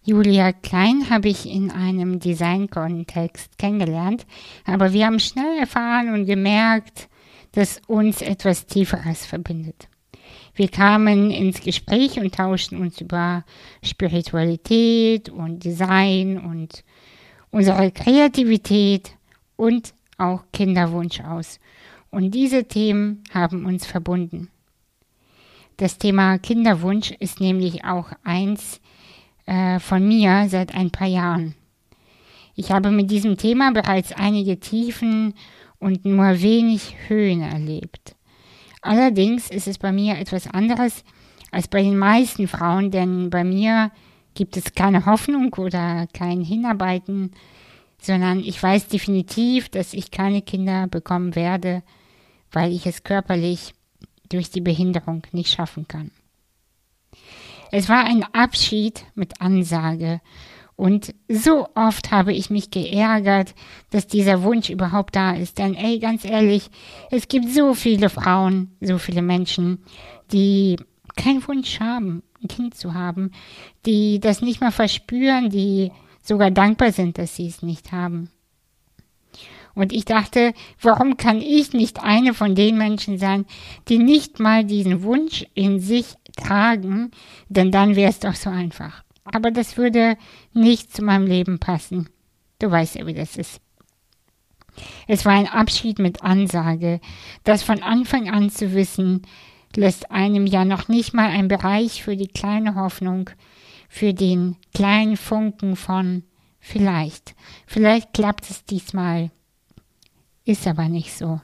Julia Klein habe ich in einem Design-Kontext kennengelernt, aber wir haben schnell erfahren und gemerkt, dass uns etwas Tieferes verbindet. Wir kamen ins Gespräch und tauschten uns über Spiritualität und Design und unsere Kreativität und auch Kinderwunsch aus. Und diese Themen haben uns verbunden. Das Thema Kinderwunsch ist nämlich auch eins von mir seit ein paar Jahren. Ich habe mit diesem Thema bereits einige Tiefen und nur wenig Höhen erlebt. Allerdings ist es bei mir etwas anderes als bei den meisten Frauen, denn bei mir gibt es keine Hoffnung oder kein Hinarbeiten, sondern ich weiß definitiv, dass ich keine Kinder bekommen werde, weil ich es körperlich durch die Behinderung nicht schaffen kann. Es war ein Abschied mit Ansage und so oft habe ich mich geärgert, dass dieser Wunsch überhaupt da ist. Denn ganz ehrlich, es gibt so viele Frauen, so viele Menschen, die keinen Wunsch haben, ein Kind zu haben, die das nicht mal verspüren, die sogar dankbar sind, dass sie es nicht haben. Und ich dachte, warum kann ich nicht eine von den Menschen sein, die nicht mal diesen Wunsch in sich tragen, denn dann wäre es doch so einfach. Aber das würde nicht zu meinem Leben passen. Du weißt ja, wie das ist. Es war ein Abschied mit Ansage. Das von Anfang an zu wissen, lässt einem ja noch nicht mal einen Bereich für die kleine Hoffnung, für den kleinen Funken von vielleicht. Vielleicht klappt es diesmal. Ist aber nicht so.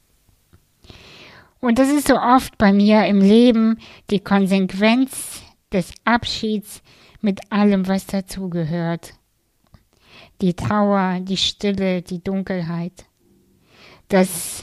Und das ist so oft bei mir im Leben die Konsequenz des Abschieds mit allem, was dazugehört. Die Trauer, die Stille, die Dunkelheit. Das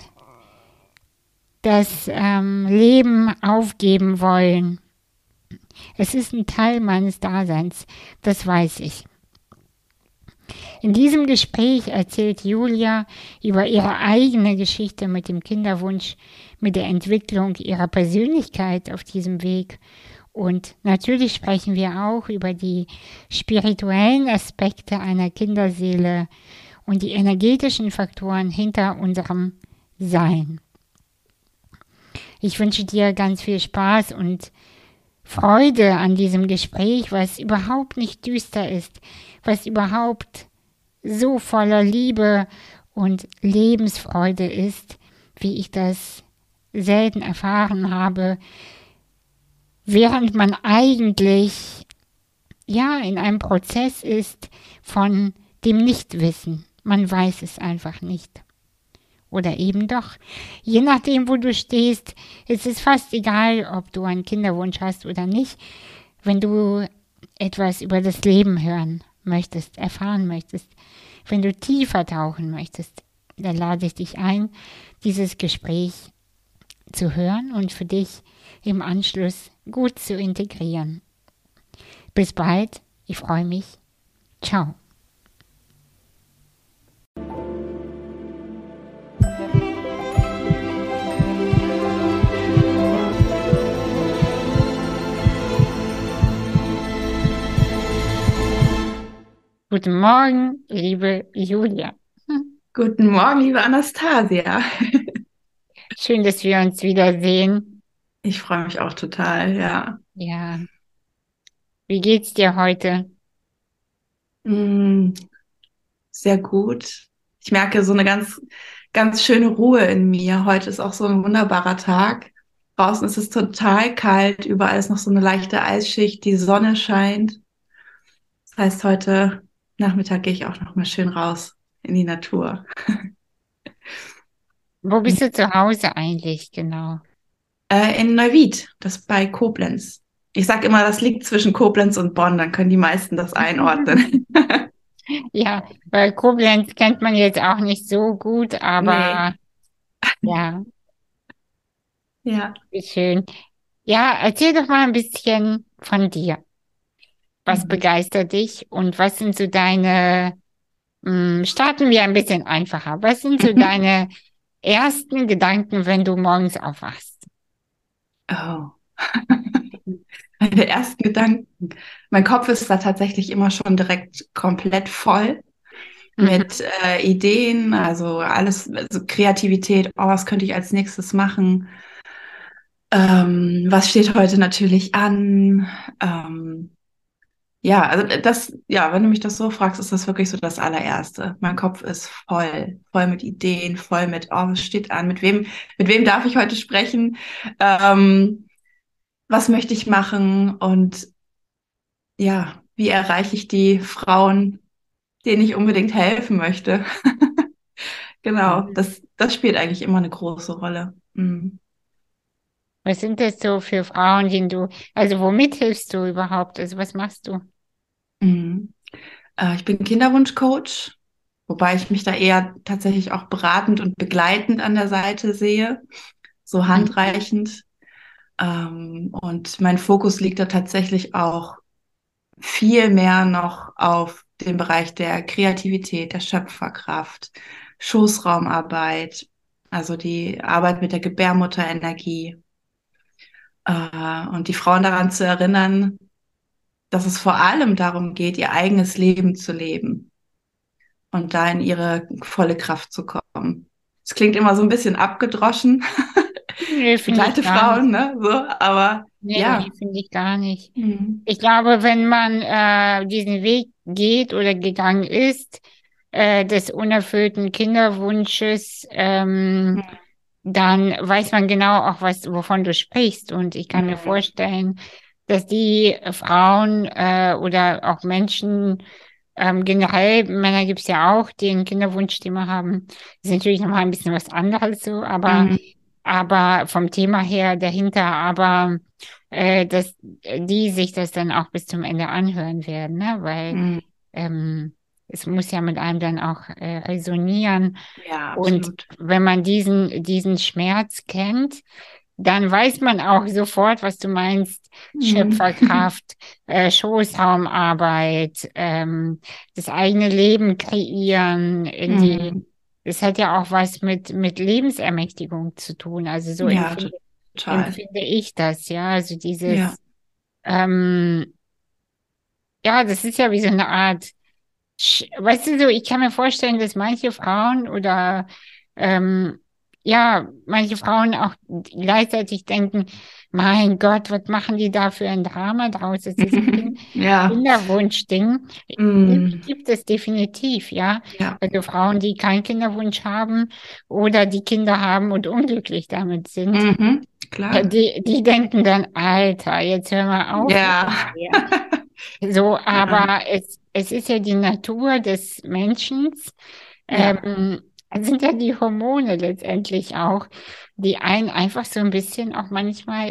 Leben aufgeben wollen. Es ist ein Teil meines Daseins, das weiß ich. In diesem Gespräch erzählt Julia über ihre eigene Geschichte mit dem Kinderwunsch, mit der Entwicklung ihrer Persönlichkeit auf diesem Weg. Und natürlich sprechen wir auch über die spirituellen Aspekte einer Kinderseele und die energetischen Faktoren hinter unserem Sein. Ich wünsche dir ganz viel Spaß und Freude an diesem Gespräch, was überhaupt nicht düster ist, was überhaupt so voller Liebe und Lebensfreude ist, wie ich das selten erfahren habe, während man eigentlich in einem Prozess ist von dem Nichtwissen. Man weiß es einfach nicht. Oder eben doch. Je nachdem, wo du stehst, ist es fast egal, ob du einen Kinderwunsch hast oder nicht. Wenn du etwas über das Leben hören möchtest, erfahren möchtest, wenn du tiefer tauchen möchtest, dann lade ich dich ein, dieses Gespräch zu hören und für dich im Anschluss gut zu integrieren. Bis bald, ich freue mich. Ciao. Guten Morgen, liebe Julia. Guten Morgen, liebe Anastasia. Schön, dass wir uns wiedersehen. Ich freue mich auch total, ja. Ja, wie geht's dir heute? Mm, sehr gut. Ich merke so eine ganz schöne Ruhe in mir. Heute ist auch so ein wunderbarer Tag. Draußen ist es total kalt, überall ist noch so eine leichte Eisschicht, die Sonne scheint. Das heißt, heute Nachmittag gehe ich auch noch mal schön raus in die Natur. Wo bist du zu Hause eigentlich, genau? In Neuwied, das ist bei Koblenz. Ich sage immer, das liegt zwischen Koblenz und Bonn, dann können die meisten das einordnen. Ja, weil Koblenz kennt man jetzt auch nicht so gut, Nee, aber ja, ja. wie schön. Ja, erzähl doch mal ein bisschen von dir. Was Mhm. begeistert dich und was sind so starten wir ein bisschen einfacher. Was sind so deine ersten Gedanken, wenn du morgens aufwachst? Oh. meine ersten Gedanken. Mein Kopf ist da tatsächlich immer schon direkt komplett voll Mhm. mit Ideen, also alles, also Kreativität, oh, was könnte ich als nächstes machen? Was steht heute natürlich an? Ja, also das, ja, wenn du mich das so fragst, ist das wirklich so das allererste. Mein Kopf ist voll, voll mit Ideen, voll mit, oh, was steht an? Mit wem darf ich heute sprechen? Was möchte ich machen? Und ja, wie erreiche ich die Frauen, denen ich unbedingt helfen möchte? Genau, Mhm. das spielt eigentlich immer eine große Rolle. Mhm. Was sind das so für Frauen, denen also womit hilfst du überhaupt? Also was machst du? Mhm. Ich bin Kinderwunschcoach, wobei ich mich da eher tatsächlich auch beratend und begleitend an der Seite sehe, so Mhm. handreichend. Und mein Fokus liegt da tatsächlich auch viel mehr noch auf dem Bereich der Kreativität, der Schöpferkraft, Schoßraumarbeit, also die Arbeit mit der Gebärmutterenergie, und die Frauen daran zu erinnern, dass es vor allem darum geht, ihr eigenes Leben zu leben und da in ihre volle Kraft zu kommen. Es klingt immer so ein bisschen abgedroschen. Nee, Ich finde ich begleite gar nicht. Frauen, ne? So, aber Nee, ja. finde ich gar nicht. Mhm. Ich glaube, wenn man diesen Weg geht oder gegangen ist, des unerfüllten Kinderwunsches, dann weiß man genau auch, wovon du sprichst. Und ich kann mir Mhm. vorstellen, dass die Frauen oder auch Menschen, generell, Männer gibt es ja auch, die ein Kinderwunschthema haben. Das ist natürlich nochmal ein bisschen was anderes so, Mhm. aber vom Thema her dahinter, aber dass die sich das dann auch bis zum Ende anhören werden, ne? Weil Mhm. ähm, es muss ja mit einem dann auch resonieren. Ja, Und absolut. wenn man diesen Schmerz kennt, dann weiß man auch sofort, was du meinst. Mhm. Schöpferkraft, Schoßraumarbeit, das eigene Leben kreieren, Mhm. das hat ja auch was mit Lebensermächtigung zu tun. Also so Ja, total. empfinde ich das, ja. Also Ja. ähm, ja, das ist ja wie so eine Art weißt du so, ich kann mir vorstellen, dass manche Frauen oder ähm, ja, manche Frauen auch gleichzeitig denken, mein Gott, was machen die da für ein Drama draus? Das ist Ja. Kinderwunsch-Ding. Mhm. Gibt es definitiv, ja. Ja. Also Frauen, die keinen Kinderwunsch haben oder die Kinder haben und unglücklich damit sind, Mhm. Klar. die denken dann, Alter, jetzt hör mal auf mit Ja. der Ehe. So, Ja. aber es ist ja die Natur des Menschen, Ja. es sind ja die Hormone letztendlich auch, die einen einfach so ein bisschen auch manchmal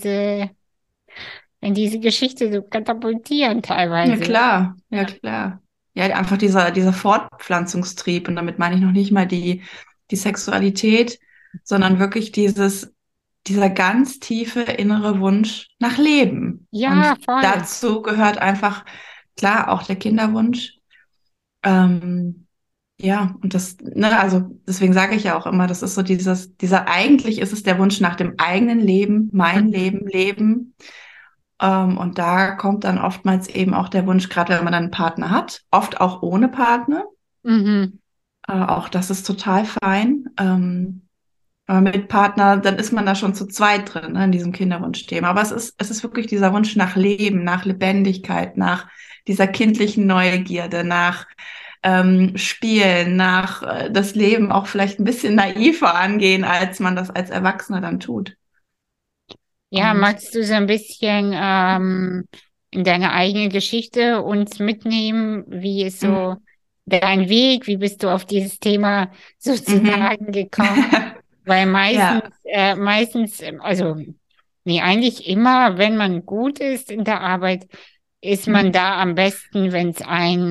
in diese Geschichte so katapultieren Ja, teilweise. klar. Ja, Ja, klar. Ja, einfach dieser Fortpflanzungstrieb und damit meine ich noch nicht mal die Sexualität, sondern wirklich dieser ganz tiefe innere Wunsch nach Leben. Und ja, voll. dazu gehört einfach, klar, auch der Kinderwunsch. Ähm, ja, und das, ne, also deswegen sage ich ja auch immer, das ist so eigentlich ist es der Wunsch nach dem eigenen Leben, mein Mhm. Leben, Leben. Und da kommt dann oftmals eben auch der Wunsch, gerade wenn man dann einen Partner hat, oft auch ohne Partner. Mhm. Auch das ist total fein. Aber mit Partner, dann ist man da schon zu zweit drin, ne, in diesem Kinderwunschthema. Aber es ist wirklich dieser Wunsch nach Leben, nach Lebendigkeit, nach dieser kindlichen Neugierde, nach Spielen, nach das Leben auch vielleicht ein bisschen naiver angehen, als man das als Erwachsener dann tut. Ja, Und magst du so ein bisschen in deine eigene Geschichte uns mitnehmen? Wie ist mm, so dein Weg? Wie bist du auf dieses Thema mhm. sozusagen gekommen? Weil Ja. also, nee, eigentlich immer, wenn man gut ist in der Arbeit, ist man Mhm. da am besten, wenn es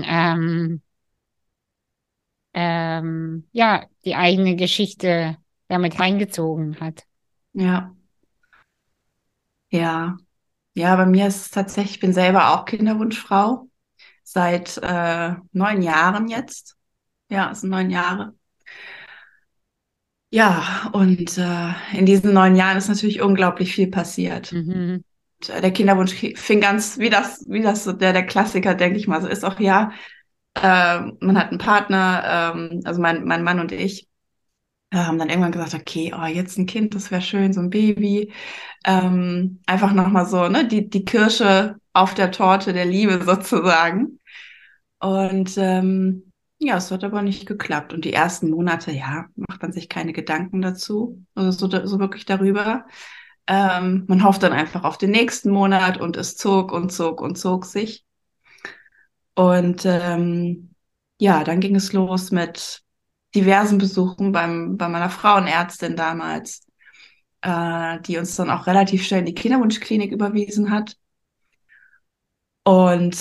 ja, die eigene Geschichte damit reingezogen hat. Ja, ja, ja, bei mir ist es tatsächlich, ich bin selber auch Kinderwunschfrau seit 9 Jahren jetzt. Ja, es sind 9 Jahre. Ja, und in diesen 9 Jahren ist natürlich unglaublich viel passiert. Mhm. der Kinderwunsch fing ganz, wie das so der Klassiker, denke ich mal, so ist auch, ja. Man hat einen Partner, also mein Mann und ich, haben dann irgendwann gesagt, okay, oh, jetzt ein Kind, das wäre schön, so ein Baby. Einfach nochmal so, ne, die Kirsche auf der Torte der Liebe sozusagen. Und ja, es hat aber nicht geklappt. Und die ersten Monate, ja, macht man sich keine Gedanken dazu, also so wirklich darüber. Man hofft dann einfach auf den nächsten Monat und es zog und zog und zog sich. Und ja, dann ging es los mit diversen Besuchen bei meiner Frauenärztin damals, die uns dann auch relativ schnell in die Kinderwunschklinik überwiesen hat. Und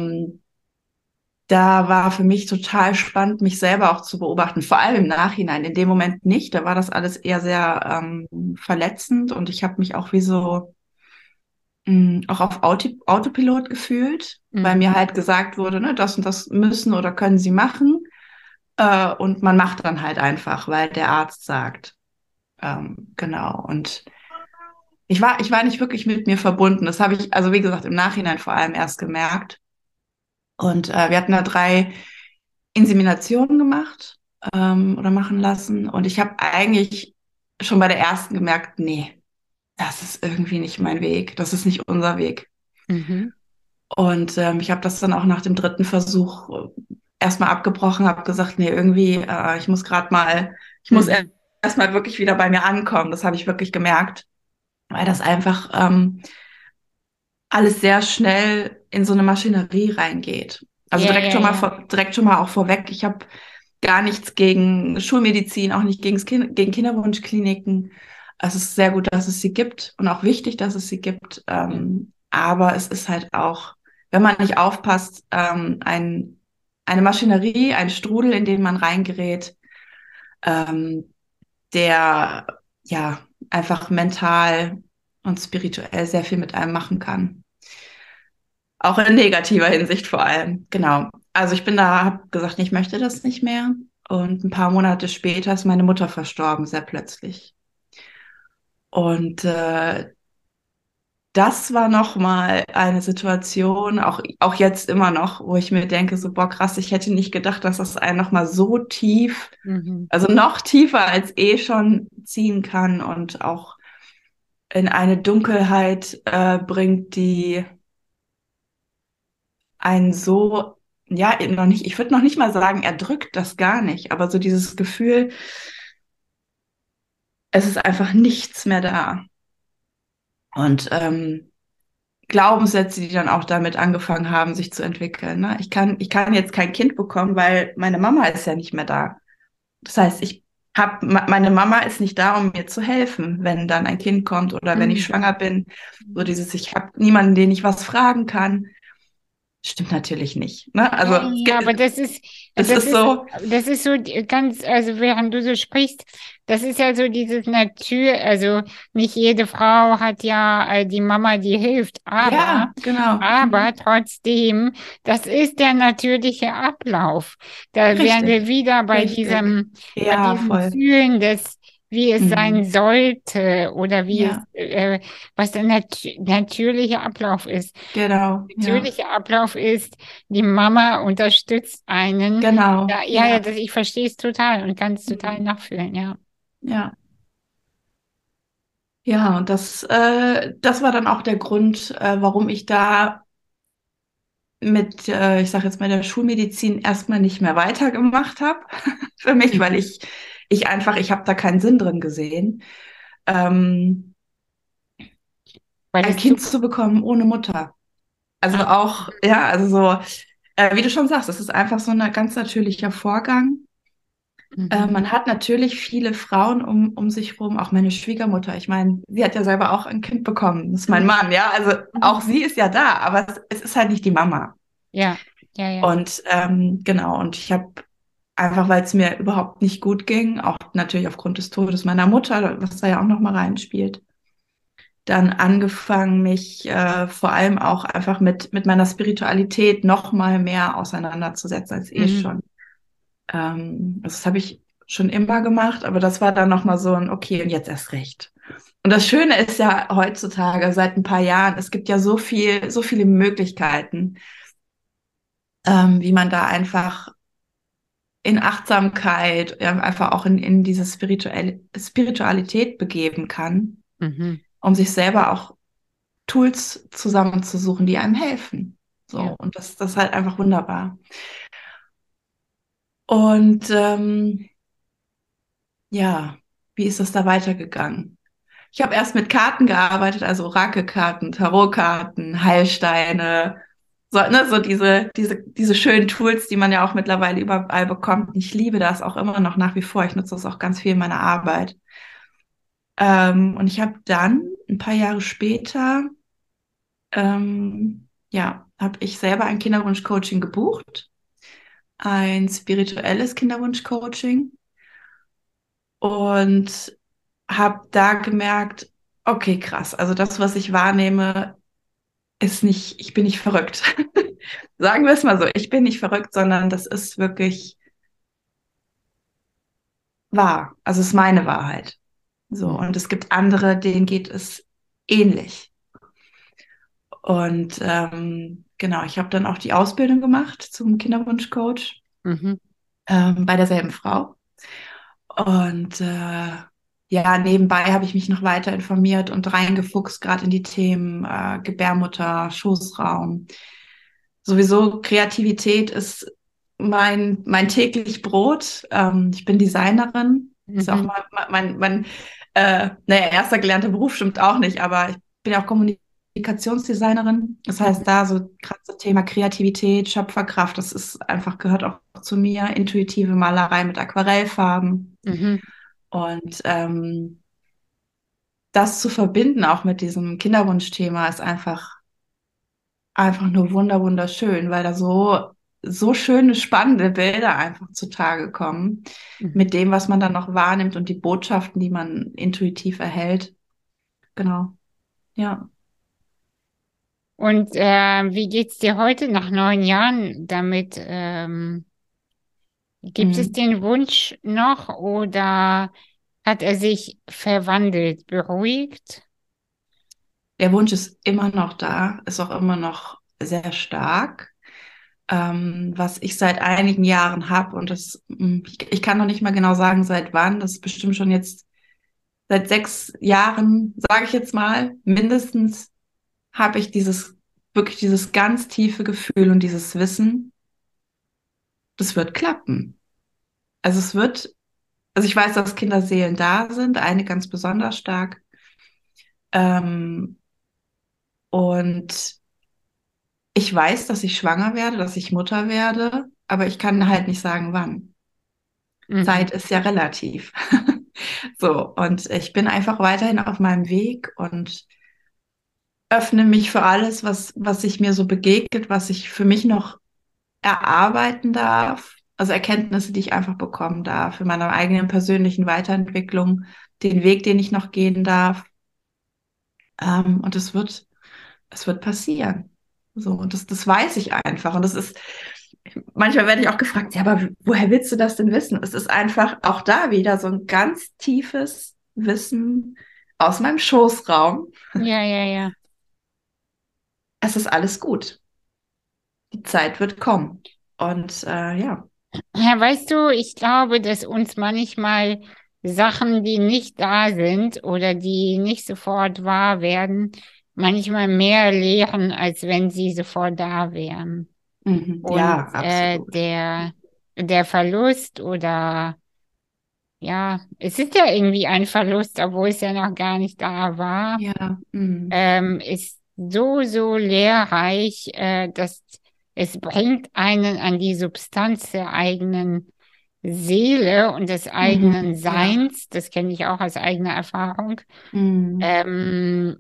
da war für mich total spannend, mich selber auch zu beobachten, vor allem im Nachhinein. In dem Moment nicht, da war das alles eher sehr verletzend und ich habe mich auch wie so auch auf Autopilot gefühlt, weil Mhm. mir halt gesagt wurde, ne, das und das müssen oder können Sie machen. Und man macht dann halt einfach, weil der Arzt sagt. Genau. Und ich war nicht wirklich mit mir verbunden. Das habe ich, also wie gesagt, im Nachhinein vor allem erst gemerkt. Und wir hatten da 3 Inseminationen gemacht oder machen lassen. Und ich habe eigentlich schon bei der ersten gemerkt, nee, das ist irgendwie nicht mein Weg. Das ist nicht unser Weg. Mhm. Und ich habe das dann auch nach dem 3. Versuch erstmal abgebrochen, habe gesagt, nee, irgendwie, ich muss gerade mal, ich muss Mhm. erstmal wirklich wieder bei mir ankommen. Das habe ich wirklich gemerkt, weil das einfach alles sehr schnell in so eine Maschinerie reingeht. Also Ja, ja, ja. direkt schon mal auch vorweg, ich habe gar nichts gegen Schulmedizin, auch nicht gegen Kinderwunschkliniken. Es ist sehr gut, dass es sie gibt und auch wichtig, dass es sie gibt. Aber es ist halt auch, wenn man nicht aufpasst, eine Maschinerie, ein Strudel, in den man reingerät, ähm, der ja einfach mental und spirituell sehr viel mit einem machen kann. Auch in negativer Hinsicht vor allem. Genau. Also ich bin da, habe gesagt, ich möchte das nicht mehr. Und ein paar Monate später ist meine Mutter verstorben, sehr plötzlich. Und das war nochmal eine Situation, auch jetzt immer noch, wo ich mir denke, so, boah, krass, ich hätte nicht gedacht, dass das einen nochmal so tief, Mhm. also noch tiefer als eh schon ziehen kann und auch in eine Dunkelheit bringt, die einen so, ja, noch nicht, ich würde noch nicht mal sagen, erdrückt das gar nicht, aber so dieses Gefühl, es ist einfach nichts mehr da. Und Glaubenssätze, die dann auch damit angefangen haben, sich zu entwickeln. Ne? Ich kann jetzt kein Kind bekommen, weil meine Mama ist ja nicht mehr da. Das heißt, meine Mama ist nicht da, um mir zu helfen, wenn dann ein Kind kommt oder wenn ich Mhm. schwanger bin. So dieses, ich habe niemanden, den ich was fragen kann. Stimmt natürlich nicht. Ne? Ja, Also ja, aber es ist so, das ist so ganz, also während du so sprichst, das ist ja so dieses also nicht jede Frau hat ja die Mama, die hilft, ja, genau. aber trotzdem, das ist der natürliche Ablauf. Da wären Richtig, wir wieder richtig. bei Ja, diesem voll. Fühlen wie es sein Mhm. sollte oder Ja, was der natürliche Ablauf ist. genau, ja, Natürlicher Ablauf ist, die Mama unterstützt einen. genau, Ja, ja. ich verstehe es total und kann es total Mhm. nachfühlen, ja. Ja, ja, und das war dann auch der Grund, warum ich da mit, ich sage jetzt mal, der Schulmedizin erstmal nicht mehr weitergemacht habe für mich, weil Mhm. ich habe da keinen Sinn drin gesehen, ähm, Weil ein es zu. Kind zu bekommen ohne Mutter. Also Ah, auch, ja, also so, wie du schon sagst, das ist einfach so ein ganz natürlicher Vorgang. mhm. Man hat natürlich viele Frauen um sich rum, auch meine Schwiegermutter. Ich meine, sie hat ja selber auch ein Kind bekommen. Das ist mein Mhm. Mann, ja. Also auch Mhm. sie ist ja da, aber es ist halt nicht die Mama. Ja, ja, ja. Und genau, und ich habe einfach, weil es mir überhaupt nicht gut ging, auch natürlich aufgrund des Todes meiner Mutter, was da ja auch nochmal reinspielt, dann angefangen, mich vor allem auch einfach mit meiner Spiritualität noch mal mehr auseinanderzusetzen als eh Mhm. schon. Also das habe ich schon immer gemacht, aber das war dann nochmal so ein, okay, und jetzt erst recht. Und das Schöne ist ja heutzutage, seit ein paar Jahren, es gibt ja so viele Möglichkeiten, wie man da einfach in Achtsamkeit, einfach auch in diese Spiritualität begeben kann, Mhm. um sich selber auch Tools zusammenzusuchen, die einem helfen. So, Ja. und das ist halt einfach wunderbar. Und ja, wie ist das da weitergegangen? Ich habe erst mit Karten gearbeitet, also Orakelkarten, Tarotkarten, Heilsteine, so, ne, so diese schönen Tools, die man ja auch mittlerweile überall bekommt. Ich liebe das auch immer noch nach wie vor. Ich nutze das auch ganz viel in meiner Arbeit. Und ich habe dann ein paar Jahre später, ja, habe ich selber ein Kinderwunsch-Coaching gebucht, ein spirituelles Kinderwunsch-Coaching und habe da gemerkt, okay, krass, also das, was ich wahrnehme, ist nicht, ich bin nicht verrückt. Sagen wir es mal so, ich bin nicht verrückt, sondern das ist wirklich wahr. Also es ist meine Wahrheit. So, Mhm. und es gibt andere, denen geht es ähnlich. Und genau, ich habe dann auch die Ausbildung gemacht zum Kinderwunschcoach Mhm. bei derselben Frau. Und ja, nebenbei habe ich mich noch weiter informiert und reingefuchst, gerade in die Themen Gebärmutter, Schoßraum. Sowieso Kreativität ist mein täglich Brot. Ich bin Designerin. Ist ja auch Mhm. mein naja, erster gelernter Beruf stimmt auch nicht, aber ich bin ja auch Kommunikationsdesignerin. Das heißt, Mhm. da so gerade das Thema Kreativität, Schöpferkraft, das ist einfach, gehört auch zu mir. Intuitive Malerei mit Aquarellfarben. Mhm. Und das zu verbinden auch mit diesem Kinderwunschthema ist einfach nur wunderschön, weil da so schöne, spannende Bilder einfach zutage kommen Mhm. mit dem, was man dann noch wahrnimmt und die Botschaften, die man intuitiv erhält. Genau. Ja. Und wie geht's dir heute nach 9 Jahren damit? Gibt es Mhm. den Wunsch noch oder hat er sich verwandelt, beruhigt? Der Wunsch ist immer noch da, ist auch immer noch sehr stark. Was ich seit einigen Jahren habe und ich kann noch nicht mal genau sagen, seit wann, das ist bestimmt schon jetzt seit 6 Jahren, sage ich jetzt mal, mindestens habe ich wirklich dieses ganz tiefe Gefühl und dieses Wissen, das wird klappen. Also also ich weiß, dass Kinderseelen da sind, eine ganz besonders stark. Ähm, und ich weiß, dass ich schwanger werde, dass ich Mutter werde, aber ich kann halt nicht sagen, wann. Mhm. Zeit ist ja relativ. So, und ich bin einfach weiterhin auf meinem Weg und öffne mich für alles, was sich mir so begegnet, was ich für mich noch erarbeiten darf, also Erkenntnisse, die ich einfach bekommen darf, in meiner eigenen persönlichen Weiterentwicklung, den Weg, den ich noch gehen darf. Und es wird passieren. So, und das weiß ich einfach. Und das ist, manchmal werde ich auch gefragt, ja, aber woher willst du das denn wissen? Es ist einfach auch da wieder so ein ganz tiefes Wissen aus meinem Schoßraum. Ja, ja, ja. Es ist alles gut. Die Zeit wird kommen. Und ja. Ja, weißt du, ich glaube, dass uns manchmal Sachen, die nicht da sind oder die nicht sofort wahr werden, manchmal mehr lehren, als wenn sie sofort da wären. Mhm. Und Ja, absolut. der Verlust oder ja, es ist ja irgendwie ein Verlust, obwohl es ja noch gar nicht da war, Ja. Mhm. ist so lehrreich, dass es bringt einen an die Substanz der eigenen Seele und des eigenen Mhm. Ja. Seins. Das kenne ich auch aus eigener Erfahrung. Mhm. Ähm,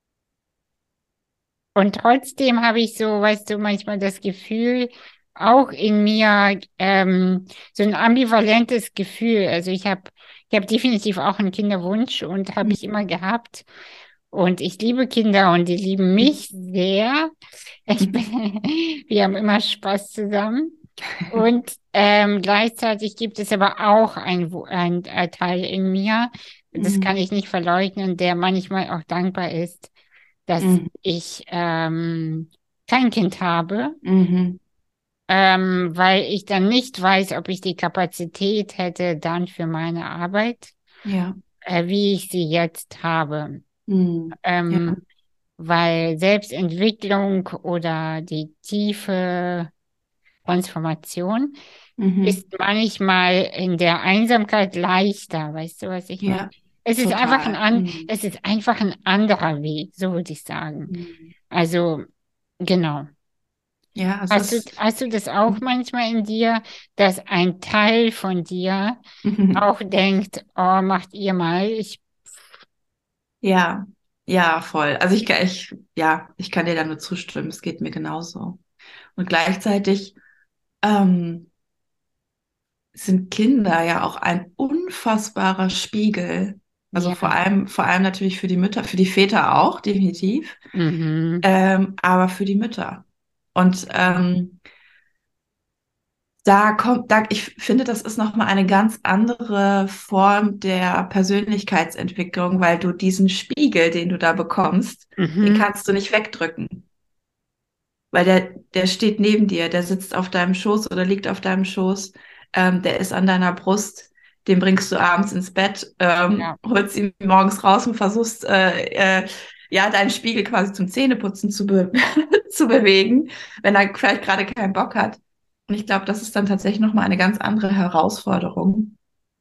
und trotzdem habe ich so, weißt du, manchmal das Gefühl, auch in mir, so ein ambivalentes Gefühl. Also ich habe definitiv auch einen Kinderwunsch und habe ich immer gehabt. Und ich liebe Kinder und die lieben mich sehr. Mhm. Wir haben immer Spaß zusammen. Und gleichzeitig gibt es aber auch ein Teil in mir, das kann Mhm. ich nicht verleugnen, der manchmal auch dankbar ist, dass Mhm. ich kein Kind habe, Mhm. weil ich dann nicht weiß, ob ich die Kapazität hätte dann für meine Arbeit, Ja. wie ich sie jetzt habe. Mhm. Ja. Ähm, weil Selbstentwicklung oder die tiefe Transformation Mhm. ist manchmal in der Einsamkeit leichter. Weißt du, was ich meine? Ja. Total. Mhm. Es ist einfach ein anderer Weg, so würde ich sagen. Mhm. Also, genau. Ja, es ist. Hast du das auch manchmal in dir, dass ein Teil von dir Mhm. auch denkt, oh, macht ihr mal, Ja, ja, voll. Also ich kann dir da nur zustimmen. Es geht mir genauso. Und gleichzeitig ähm, sind Kinder ja auch ein unfassbarer Spiegel. Also ja, vor allem natürlich für die Mütter, für die Väter auch, definitiv, mhm, aber für die Mütter. Und ich finde, das ist nochmal eine ganz andere Form der Persönlichkeitsentwicklung, weil du diesen Spiegel, den du da bekommst, den mhm, kannst du nicht wegdrücken. Weil der steht neben dir, der sitzt auf deinem Schoß oder liegt auf deinem Schoß, der ist an deiner Brust, den bringst du abends ins Bett, ja, holst ihn morgens raus und versuchst, ja, deinen Spiegel quasi zum Zähneputzen zu bewegen, wenn er vielleicht gerade keinen Bock hat. Und ich glaube, das ist dann tatsächlich nochmal eine ganz andere Herausforderung,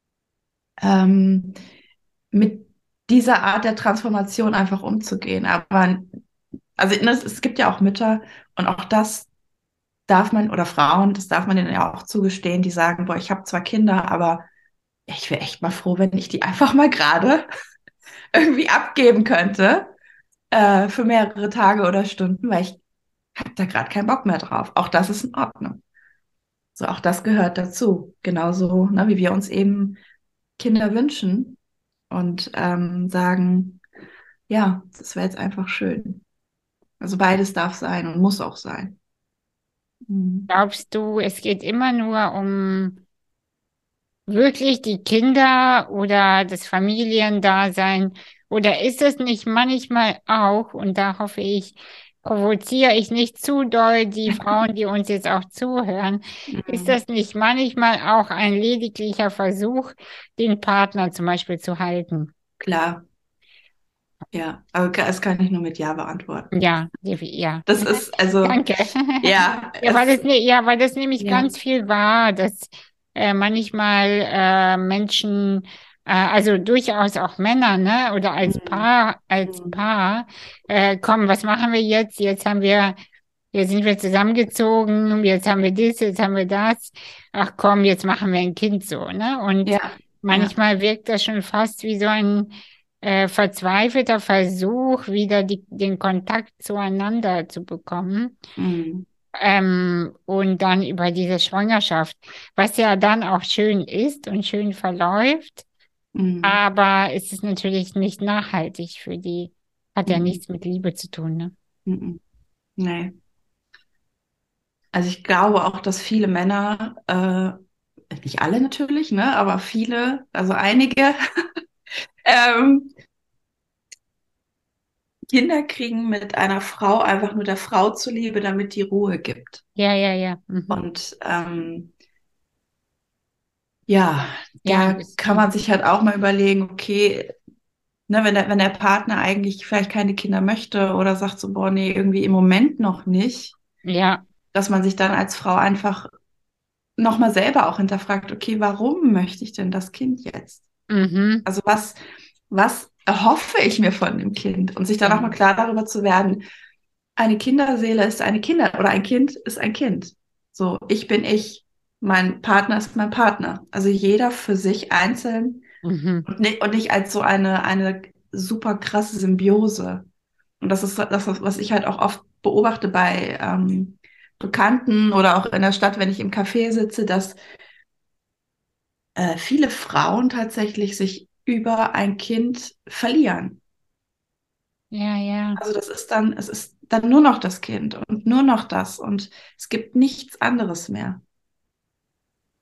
ähm, mit dieser Art der Transformation einfach umzugehen. Aber also ne, es gibt ja auch Mütter und auch das darf man, oder Frauen, das darf man denen ja auch zugestehen, die sagen, boah, ich habe zwar Kinder, aber ich wäre echt mal froh, wenn ich die einfach mal gerade irgendwie abgeben könnte für mehrere Tage oder Stunden, weil ich habe da gerade keinen Bock mehr drauf. Auch das ist in Ordnung. So, auch das gehört dazu. Genauso, ne, wie wir uns eben Kinder wünschen und sagen, ja, das wäre jetzt einfach schön. Also beides darf sein und muss auch sein. Mhm. glaubst du, es geht immer nur um wirklich die Kinder oder das Familiendasein? Oder ist es nicht manchmal auch, und da hoffe ich, provoziere ich nicht zu doll die Frauen, die uns jetzt auch zuhören, ist Mhm. das nicht manchmal auch ein lediglicher Versuch, den Partner zum Beispiel zu halten? Klar, ja, aber das kann ich nur mit Ja beantworten. Ja, ja. Das ist also, Danke. ja, Ja, ja, weil das nehme ich ja, ganz viel wahr, dass manchmal Menschen, also durchaus auch Männer, ne, oder mm, Als mm, Paar, komm, was machen wir jetzt? Jetzt sind wir zusammengezogen, jetzt haben wir das, jetzt haben wir das. Ach komm, jetzt machen wir ein Kind so, ne? Und ja, ja, manchmal wirkt das schon fast wie so ein verzweifelter Versuch, wieder den Kontakt zueinander zu bekommen. mm, Und dann über diese Schwangerschaft, was ja dann auch schön ist und schön verläuft, mm, aber es ist natürlich nicht nachhaltig für die, hat ja mm, nichts mit Liebe zu tun, ne? mm, nee. Also ich glaube auch, dass viele Männer, nicht alle natürlich, ne, aber viele, also einige, ähm, Kinder kriegen mit einer Frau einfach nur der Frau zuliebe, damit die Ruhe gibt. Ja, ja, ja. Mhm. Und ja, Ja, da kann man sich halt auch mal überlegen, okay, ne, wenn der Partner eigentlich vielleicht keine Kinder möchte oder sagt so, boah, nee, irgendwie im Moment noch nicht, ja, dass man sich dann als Frau einfach nochmal selber auch hinterfragt, okay, warum möchte ich denn das Kind jetzt? mhm. Also was erhoffe ich mir von dem Kind? Und sich dann auch mal Genau. klar darüber zu werden, eine Kinderseele ist eine Kinder oder ein Kind ist ein Kind. So, ich bin ich, mein Partner ist mein Partner. Also jeder für sich einzeln Mhm. und nicht als so eine super krasse Symbiose. Und das ist das, was ich halt auch oft beobachte bei Bekannten oder auch in der Stadt, wenn ich im Café sitze, dass viele Frauen tatsächlich sich über ein Kind verlieren. Ja, ja. Also es ist dann nur noch das Kind und nur noch das und es gibt nichts anderes mehr.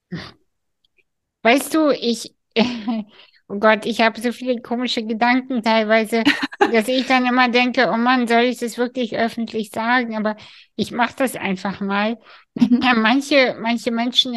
Weißt du, oh Gott, ich habe so viele komische Gedanken teilweise, dass ich dann immer denke, oh Mann, soll ich das wirklich öffentlich sagen? Aber ich mache das einfach mal. Mhm. Ja, manche Menschen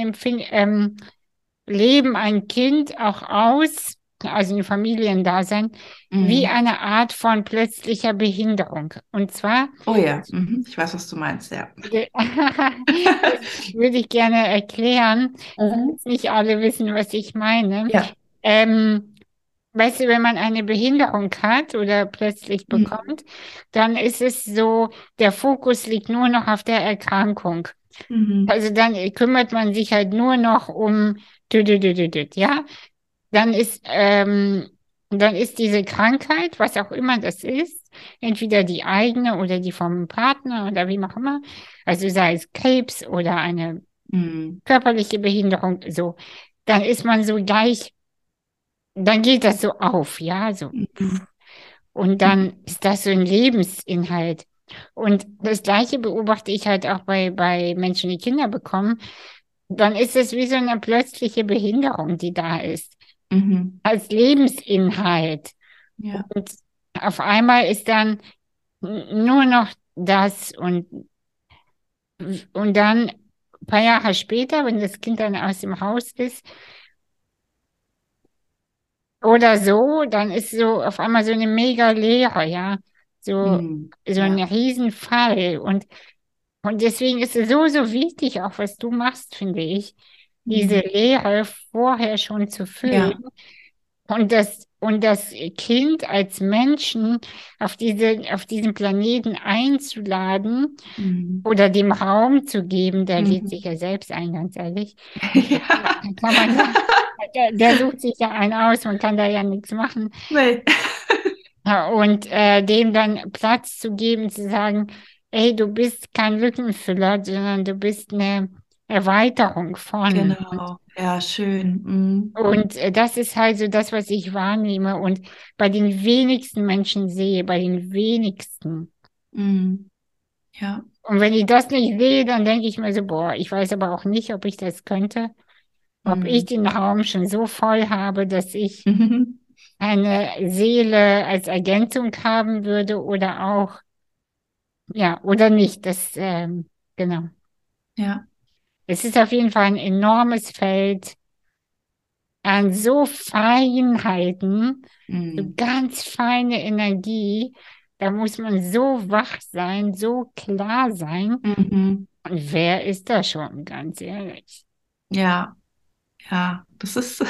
leben ein Kind auch aus, also ein Familiendasein, wie Mhm. eine Art von plötzlicher Behinderung. Und zwar, Oh ja, mhm. Ich weiß, was du meinst, ja. das würde ich gerne erklären, Mhm. falls nicht alle wissen, was ich meine. Ja. Ähm, Weißt du, wenn man eine Behinderung hat oder plötzlich Mhm. bekommt, dann ist es so, der Fokus liegt nur noch auf der Erkrankung. Mhm. Also dann kümmert man sich halt nur noch um, ja. Dann dann ist diese Krankheit, was auch immer das ist, entweder die eigene oder die vom Partner oder wie auch immer, also sei es Krebs oder eine Mhm. körperliche Behinderung, so, dann ist man so gleich, dann geht das so auf, ja, so. Mhm. Und dann ist das so ein Lebensinhalt. Und das Gleiche beobachte ich halt auch bei Menschen, die Kinder bekommen. Dann ist es wie so eine plötzliche Behinderung, die da ist, Mhm. als Lebensinhalt. Ja. Und auf einmal ist dann nur noch das und dann ein paar Jahre später, wenn das Kind dann aus dem Haus ist oder so, dann ist so auf einmal so eine mega Leere, ja, so, Mhm. so ein Ja. Riesenfall. Und deswegen ist es so, so wichtig, auch was du machst, finde ich, diese Mhm. Leere vorher schon zu füllen. Ja. Und das Kind als Menschen auf diesen Planeten einzuladen Mhm. oder dem Raum zu geben, der lädt sich Mhm. ja selbst ein, ganz ehrlich. Ja. Da kann man ja, der sucht sich ja einen aus, man kann da ja nichts machen. Nee. Ja, und dem dann Platz zu geben, zu sagen, ey, du bist kein Lückenfüller, sondern du bist eine Erweiterung von. Genau. Ja, schön. Mhm. Und das ist halt so das, was ich wahrnehme und bei den wenigsten Menschen sehe, bei den wenigsten. Mhm. Ja. Und wenn ich das nicht sehe, dann denke ich mir so, boah, ich weiß aber auch nicht, ob ich das könnte, ob ich Mhm. den Raum schon so voll habe, dass ich Mhm. eine Seele als Ergänzung haben würde oder auch, ja, oder nicht. Genau. Ja. Es ist auf jeden Fall ein enormes Feld an so Feinheiten, so Mhm. ganz feine Energie. Da muss man so wach sein, so klar sein. Mhm. Und wer ist da schon, ganz ehrlich? Ja. Ja. Das ist,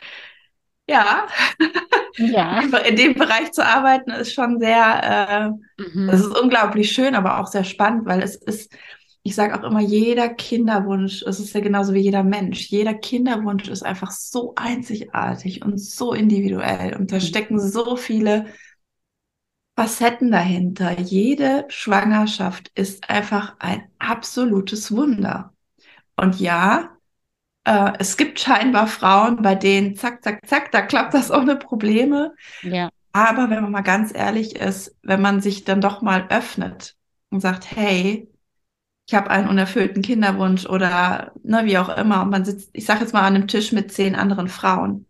ja. Ja, In dem Bereich zu arbeiten ist schon sehr, es mhm. ist unglaublich schön, aber auch sehr spannend, weil es ist, ich sage auch immer, jeder Kinderwunsch, es ist ja genauso wie jeder Mensch, jeder Kinderwunsch ist einfach so einzigartig und so individuell und da stecken so viele Facetten dahinter. Jede Schwangerschaft ist einfach ein absolutes Wunder. Und ja, es gibt scheinbar Frauen, bei denen zack, zack, zack, da klappt das ohne Probleme. Ja, Aber wenn man mal ganz ehrlich ist, wenn man sich dann doch mal öffnet und sagt, hey, ich habe einen unerfüllten Kinderwunsch oder ne, wie auch immer, und man sitzt, ich sage jetzt mal an einem Tisch mit 10 anderen Frauen.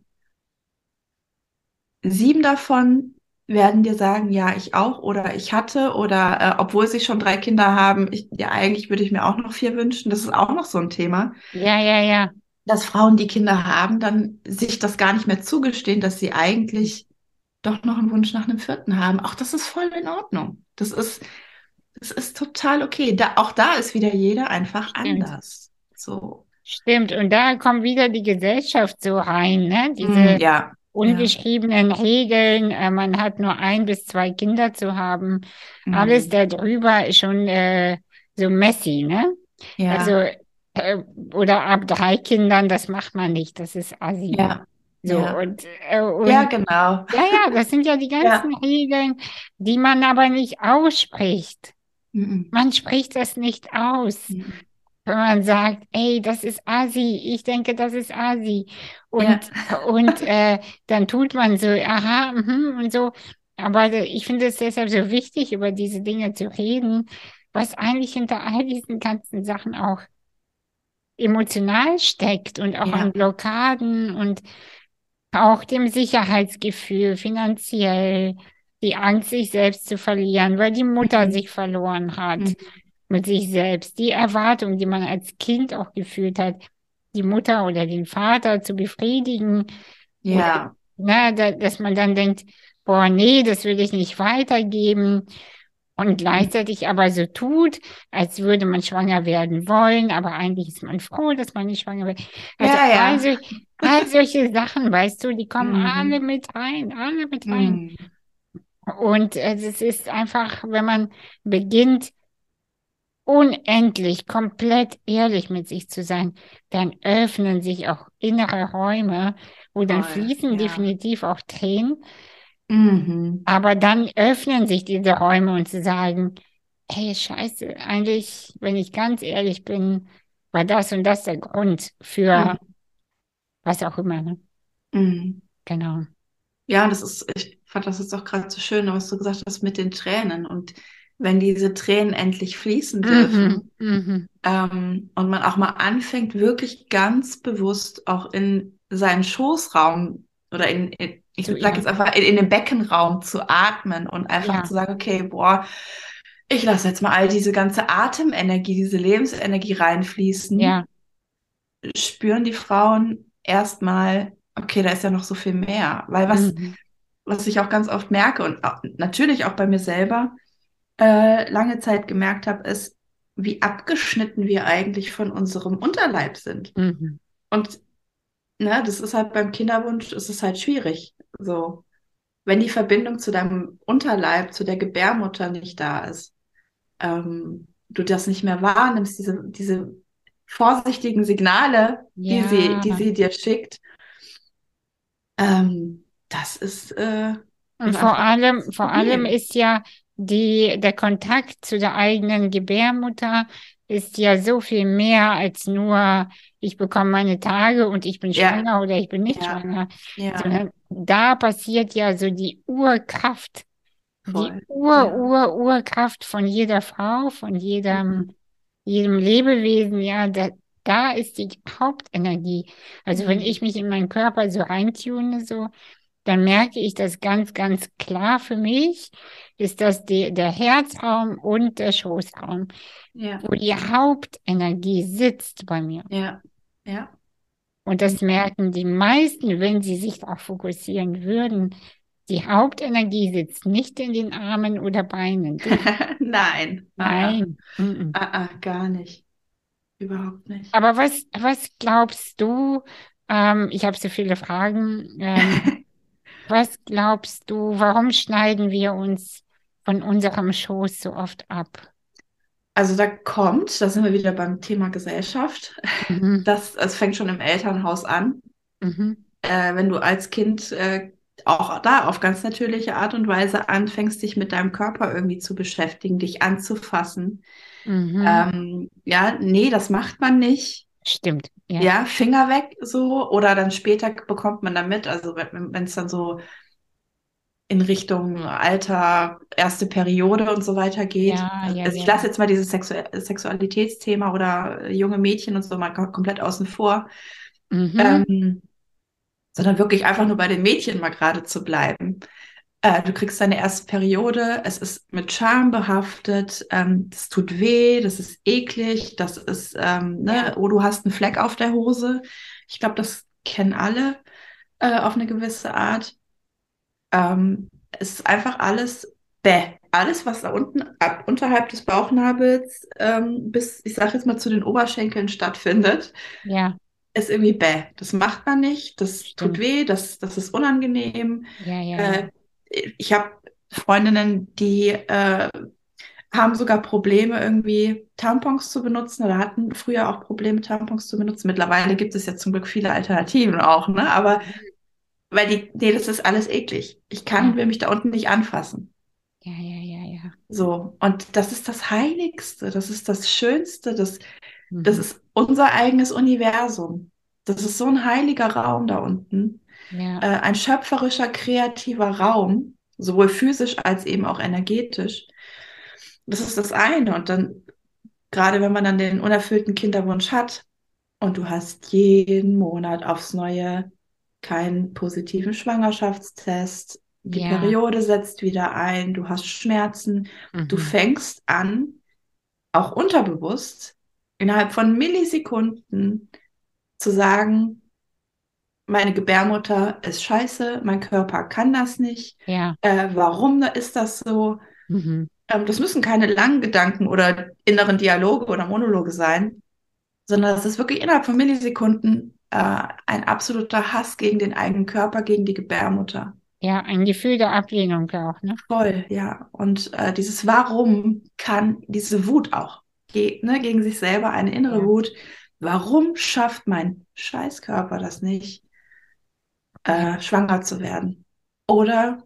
7 davon werden dir sagen, ja, ich auch oder ich hatte oder obwohl sie schon 3 Kinder haben, ja, eigentlich würde ich mir auch noch 4 wünschen. Das ist auch noch so ein Thema, ja, ja, ja. dass Frauen, die Kinder haben, dann sich das gar nicht mehr zugestehen, dass sie eigentlich doch noch einen Wunsch nach einem vierten haben. Auch das ist voll in Ordnung. Das ist total okay. Auch da ist wieder jeder einfach Stimmt. anders. So. Stimmt. Und da kommt wieder die Gesellschaft so rein, ne? Diese Ja, ja. ungeschriebenen Regeln, man hat nur ein bis zwei Kinder zu haben. Alles Mm, darüber ist schon so messy, ne? Also, ja, oder ab drei Kindern, das macht man nicht, das ist assi. ja, So, ja. Ja, und genau. ja, ja, das sind ja die ganzen Ja. Regeln, die man aber nicht ausspricht. Mm, Man spricht das nicht aus. mm, Wenn man sagt, ey, das ist Asi, ich denke, das ist Asi. ja. Und dann tut man so, aha, und so. Aber ich finde es deshalb so wichtig, über diese Dinge zu reden, was eigentlich hinter all diesen ganzen Sachen auch emotional steckt und auch an Ja. Blockaden und auch dem Sicherheitsgefühl finanziell, die Angst, sich selbst zu verlieren, weil die Mutter Mhm. sich verloren hat Mhm. mit sich selbst, die Erwartung, die man als Kind auch gefühlt hat, die Mutter oder den Vater zu befriedigen oder Ja. dass man dann denkt, boah, nee, das will ich nicht weitergeben und Mhm. gleichzeitig aber so tut, als würde man schwanger werden wollen, aber eigentlich ist man froh, dass man nicht schwanger wird. Also Ja, ja. all solche Sachen, weißt du, die kommen Mhm. alle mit rein. Mhm. Und es ist einfach, wenn man beginnt, unendlich, komplett ehrlich mit sich zu sein, dann öffnen sich auch innere Räume, wo dann Voll. fließen Ja. definitiv auch Tränen, Mhm. aber dann öffnen sich diese Räume und zu sagen, hey, Scheiße, eigentlich, wenn ich ganz ehrlich bin, war das und das der Grund für Mhm. was auch immer, ne? Mhm. Genau. Ja, ich fand das jetzt auch gerade so schön, was du gesagt hast mit den Tränen. Und wenn diese Tränen endlich fließen Mhm, dürfen, mhm. und man auch mal anfängt, wirklich ganz bewusst auch in seinen Schoßraum oder ich So, sage ja, jetzt einfach, in den Beckenraum zu atmen und einfach ja, zu sagen, okay, boah, ich lasse jetzt mal all diese ganze Atemenergie, diese Lebensenergie reinfließen, ja, spüren die Frauen erstmal, okay, da ist ja noch so viel mehr. Weil mhm, was ich auch ganz oft merke und auch, natürlich auch bei mir selber lange Zeit gemerkt habe, ist, wie abgeschnitten wir eigentlich von unserem Unterleib sind. mhm, Und ne, das ist halt beim Kinderwunsch, ist es halt schwierig. So, wenn die Verbindung zu deinem Unterleib, zu der Gebärmutter nicht da ist, du das nicht mehr wahrnimmst, diese vorsichtigen Signale, ja. die sie dir schickt, das Und ist einfach vor zu allem viel. ist ja der Kontakt zu der eigenen Gebärmutter ist ja so viel mehr als nur, ich bekomme meine Tage und ich bin Ja, schwanger oder ich bin nicht ja, schwanger, ja, sondern da passiert ja so die Urkraft, die voll. Ja. Urkraft von jeder Frau, von Mhm. jedem Lebewesen, ja, da ist die Hauptenergie. Also wenn ich Mhm. mich in meinen Körper so reintune, so, dann merke ich das ganz, ganz klar für mich, ist das der Herzraum und der Schoßraum, Ja, wo die Hauptenergie sitzt bei mir. ja, ja. Und das merken die meisten, wenn sie sich darauf fokussieren würden. Die Hauptenergie sitzt nicht in den Armen oder Beinen. Nein, Nein. Mhm. gar nicht. Überhaupt nicht. Aber was glaubst du, ich habe so viele Fragen, was glaubst du, warum schneiden wir uns von unserem Schoß so oft ab? Also da sind wir wieder beim Thema Gesellschaft. Mhm. Es fängt schon im Elternhaus an. Mhm. Wenn du als Kind auch da auf ganz natürliche Art und Weise anfängst, dich mit deinem Körper irgendwie zu beschäftigen, dich anzufassen. Mhm. Ja, nee, das macht man nicht. Stimmt, ja. Ja, Finger weg so. Oder dann später bekommt man damit, also wenn es dann so in Richtung Alter, erste Periode und so weiter geht. Ja, ja, Also ich ja, lasse ja. jetzt mal dieses Sexualitätsthema oder junge Mädchen und so mal komplett außen vor, Mhm. ähm, sondern wirklich einfach nur bei den Mädchen mal gerade zu bleiben. Du kriegst deine erste Periode, es ist mit Scham behaftet, das tut weh, das ist eklig, das ist, Ja, ne, oh, du hast einen Fleck auf der Hose. Ich glaube, das kennen alle auf eine gewisse Art. Es ist einfach alles bäh. Alles, was da unten unterhalb des Bauchnabels bis, ich sage jetzt mal, zu den Oberschenkeln stattfindet, ja, ist irgendwie bäh. Das macht man nicht, das tut stimmt. weh, das ist unangenehm. Ja, ja, ja. Äh, ich habe Freundinnen, die haben sogar Probleme, irgendwie Tampons zu benutzen oder hatten früher auch Probleme, Tampons zu benutzen. Mittlerweile gibt es ja zum Glück viele Alternativen auch, ne? Aber Mhm. weil nee, das ist alles eklig. Ich kann Ja, und will mich da unten nicht anfassen. ja, ja, ja, ja. So. Und das ist das Heiligste, das ist das Schönste, das Mhm. ist unser eigenes Universum. Das ist so ein heiliger Raum da unten. Ja, Ein schöpferischer, kreativer Raum, sowohl physisch als eben auch energetisch. Das ist das eine. Und dann, gerade wenn man dann den unerfüllten Kinderwunsch hat, und du hast jeden Monat aufs Neue keinen positiven Schwangerschaftstest, die Ja. Periode setzt wieder ein, du hast Schmerzen, du Mhm. fängst an, auch unterbewusst, innerhalb von Millisekunden zu sagen, meine Gebärmutter ist scheiße, mein Körper kann das nicht, Ja. warum ist das so? Mhm. Das müssen keine langen Gedanken oder inneren Dialoge oder Monologe sein, sondern es ist wirklich innerhalb von Millisekunden ein absoluter Hass gegen den eigenen Körper, gegen die Gebärmutter. Ja, ein Gefühl der Ablehnung auch, ne? Voll, ja. Und dieses Warum kann, diese Wut auch, gegen sich selber, eine innere Ja. Wut, warum schafft mein Scheißkörper das nicht, Ja. schwanger zu werden? Oder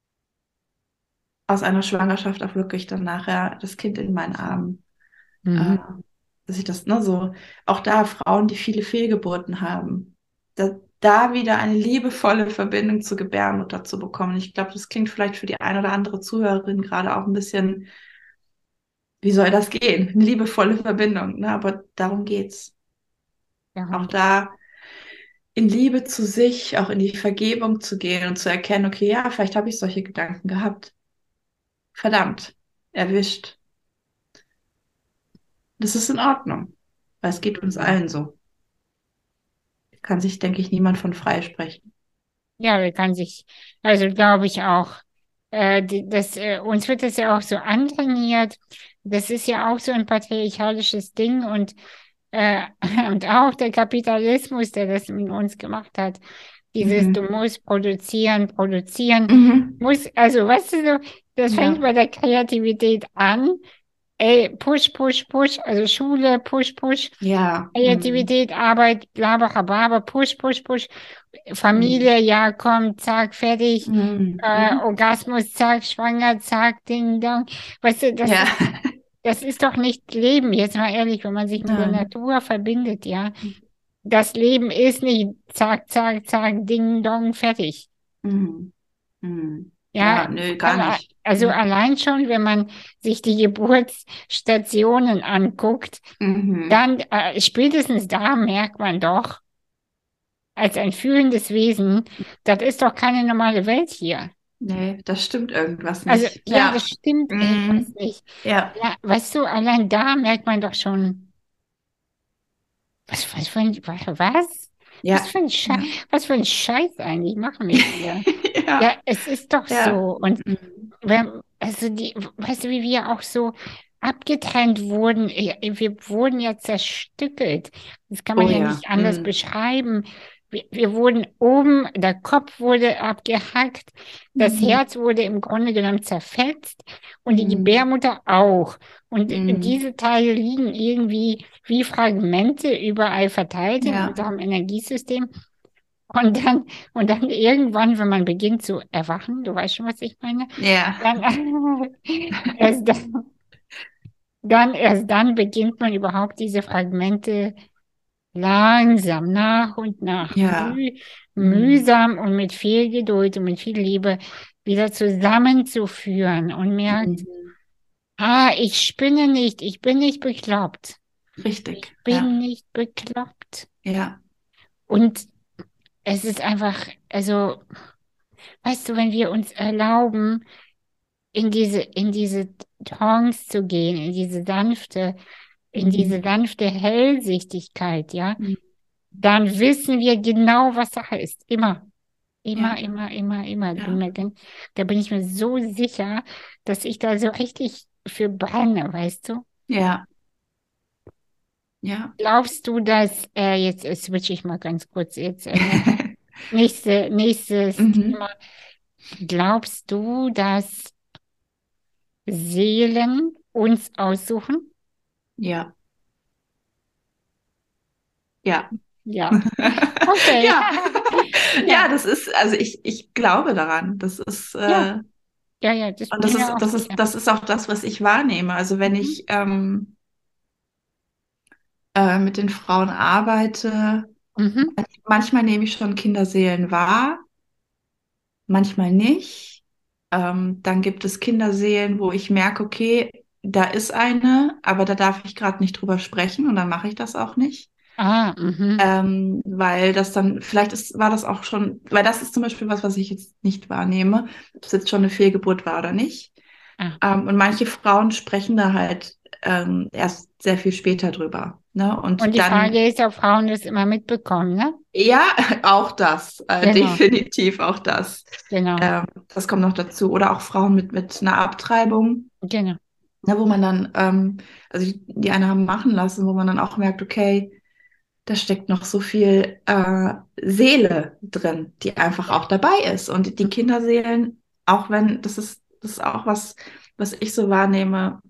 aus einer Schwangerschaft auch wirklich dann nachher das Kind in meinen Armen. Äh, Mhm. dass ich das, ne, so, auch da Frauen, die viele Fehlgeburten haben, da wieder eine liebevolle Verbindung zur Gebärmutter zu bekommen. Ich glaube, das klingt vielleicht für die eine oder andere Zuhörerin gerade auch ein bisschen, wie soll das gehen? Eine liebevolle Verbindung, ne? Aber darum geht's. Darum Auch geht. da in Liebe zu sich, auch in die Vergebung zu gehen und zu erkennen, okay, ja, vielleicht habe ich solche Gedanken gehabt. Verdammt, erwischt. Das ist in Ordnung, weil es geht uns Mhm. allen so. Kann sich, denke ich, niemand von freisprechen. Ja, wer kann sich, also glaube ich auch, uns wird das ja auch so antrainiert. Das ist ja auch so ein patriarchalisches Ding äh, und auch der Kapitalismus, der das mit uns gemacht hat. Dieses, du Mhm. musst produzieren, produzieren, Mhm. also weißt du, so, das fängt Ja, bei der Kreativität an. Ey, push, push, push, also Schule, push, push, ja, mhm. Kreativität, Arbeit, bla, bla, bla, bla, push, push, push. Mhm. Familie, ja, komm, zack, fertig. Mhm. Mhm. Orgasmus, zack, schwanger, zack, ding, dong. Weißt du, Ja, das ist doch nicht Leben, jetzt mal ehrlich, wenn man sich mit der nein. Natur verbindet, ja. Das Leben ist nicht zack, zack, zack, ding, dong, fertig. Mhm. Mhm. Ja, Ja, nö, gar nicht. also Ja. allein schon, wenn man sich die Geburtsstationen anguckt, Mhm. dann spätestens da merkt man doch, als ein fühlendes Wesen, das ist doch keine normale Welt hier. Nee, das stimmt irgendwas Also, nicht. ja, das Ja. stimmt etwas Mhm. nicht. Ja. Ja, weißt du, allein da merkt man doch schon, was für ein, Ja. Ja. Was für ein Scheiß eigentlich machen wir hier? Ja. Ja, es ist doch Ja. so. Und Mhm. also weißt du, wie wir auch so abgetrennt wurden? Wir wurden ja zerstückelt. Das kann man Oh ja ja. nicht anders Mhm. beschreiben. Wir wurden oben, der Kopf wurde abgehackt, das Mhm. Herz wurde im Grunde genommen zerfetzt und die Mhm. Gebärmutter auch. Und Mhm. diese Teile liegen irgendwie wie Fragmente überall verteilt in Ja. unserem Energiesystem. Und dann, und dann irgendwann, wenn man beginnt zu erwachen, du weißt schon, was ich meine, Ja. dann, erst erst dann beginnt man überhaupt diese Fragmente langsam, nach und nach, Ja. Mhm. mühsam und mit viel Geduld und mit viel Liebe wieder zusammenzuführen und merkt, Mhm. ich spinne nicht, ich bin nicht bekloppt. Ich Richtig. Ja. bin nicht bekloppt. Ja. Und es ist einfach, also, weißt du, wenn wir uns erlauben, in diese Trance zu gehen, in Mhm. diese sanfte Hellsichtigkeit, ja, Mhm. dann wissen wir genau, was Sache ist. Immer, immer, Ja. immer, immer, immer. Ja. Da bin ich mir so sicher, dass ich da so richtig für brenne, weißt du? Ja. Ja. Glaubst du, dass, jetzt switche ich mal ganz kurz, nächstes Mhm. Thema. Glaubst du, dass Seelen uns aussuchen? Ja. Ja. Ja. Okay. Ja. Ja, Ja, das ist, also ich glaube daran. Das ist, ja, ja, ja, das und bin mir auch sicher. das ist auch das, was ich wahrnehme. Also wenn Mhm. ich mit den Frauen arbeite, Mhm. manchmal nehme ich schon Kinderseelen wahr, manchmal nicht. Dann gibt es Kinderseelen, wo ich merke, okay, da ist eine, aber da darf ich gerade nicht drüber sprechen und dann mache ich das auch nicht. Ah, Weil das dann, war das auch schon, weil das ist zum Beispiel was ich jetzt nicht wahrnehme, ob es jetzt schon eine Fehlgeburt war oder nicht. ah. Und manche Frauen sprechen da halt erst sehr viel später drüber. Ne? Und Und die dann, Frage ist, ob Frauen das immer mitbekommen, ne? ja, auch das, Genau, definitiv auch das. genau, Das kommt noch dazu. Oder auch Frauen mit einer Abtreibung, genau. ne, wo man dann, also die eine haben machen lassen, wo man dann auch merkt, okay, da steckt noch so viel Seele drin, die einfach Ja. auch dabei ist. Und die Kinderseelen, auch wenn, das ist auch was ich so wahrnehme,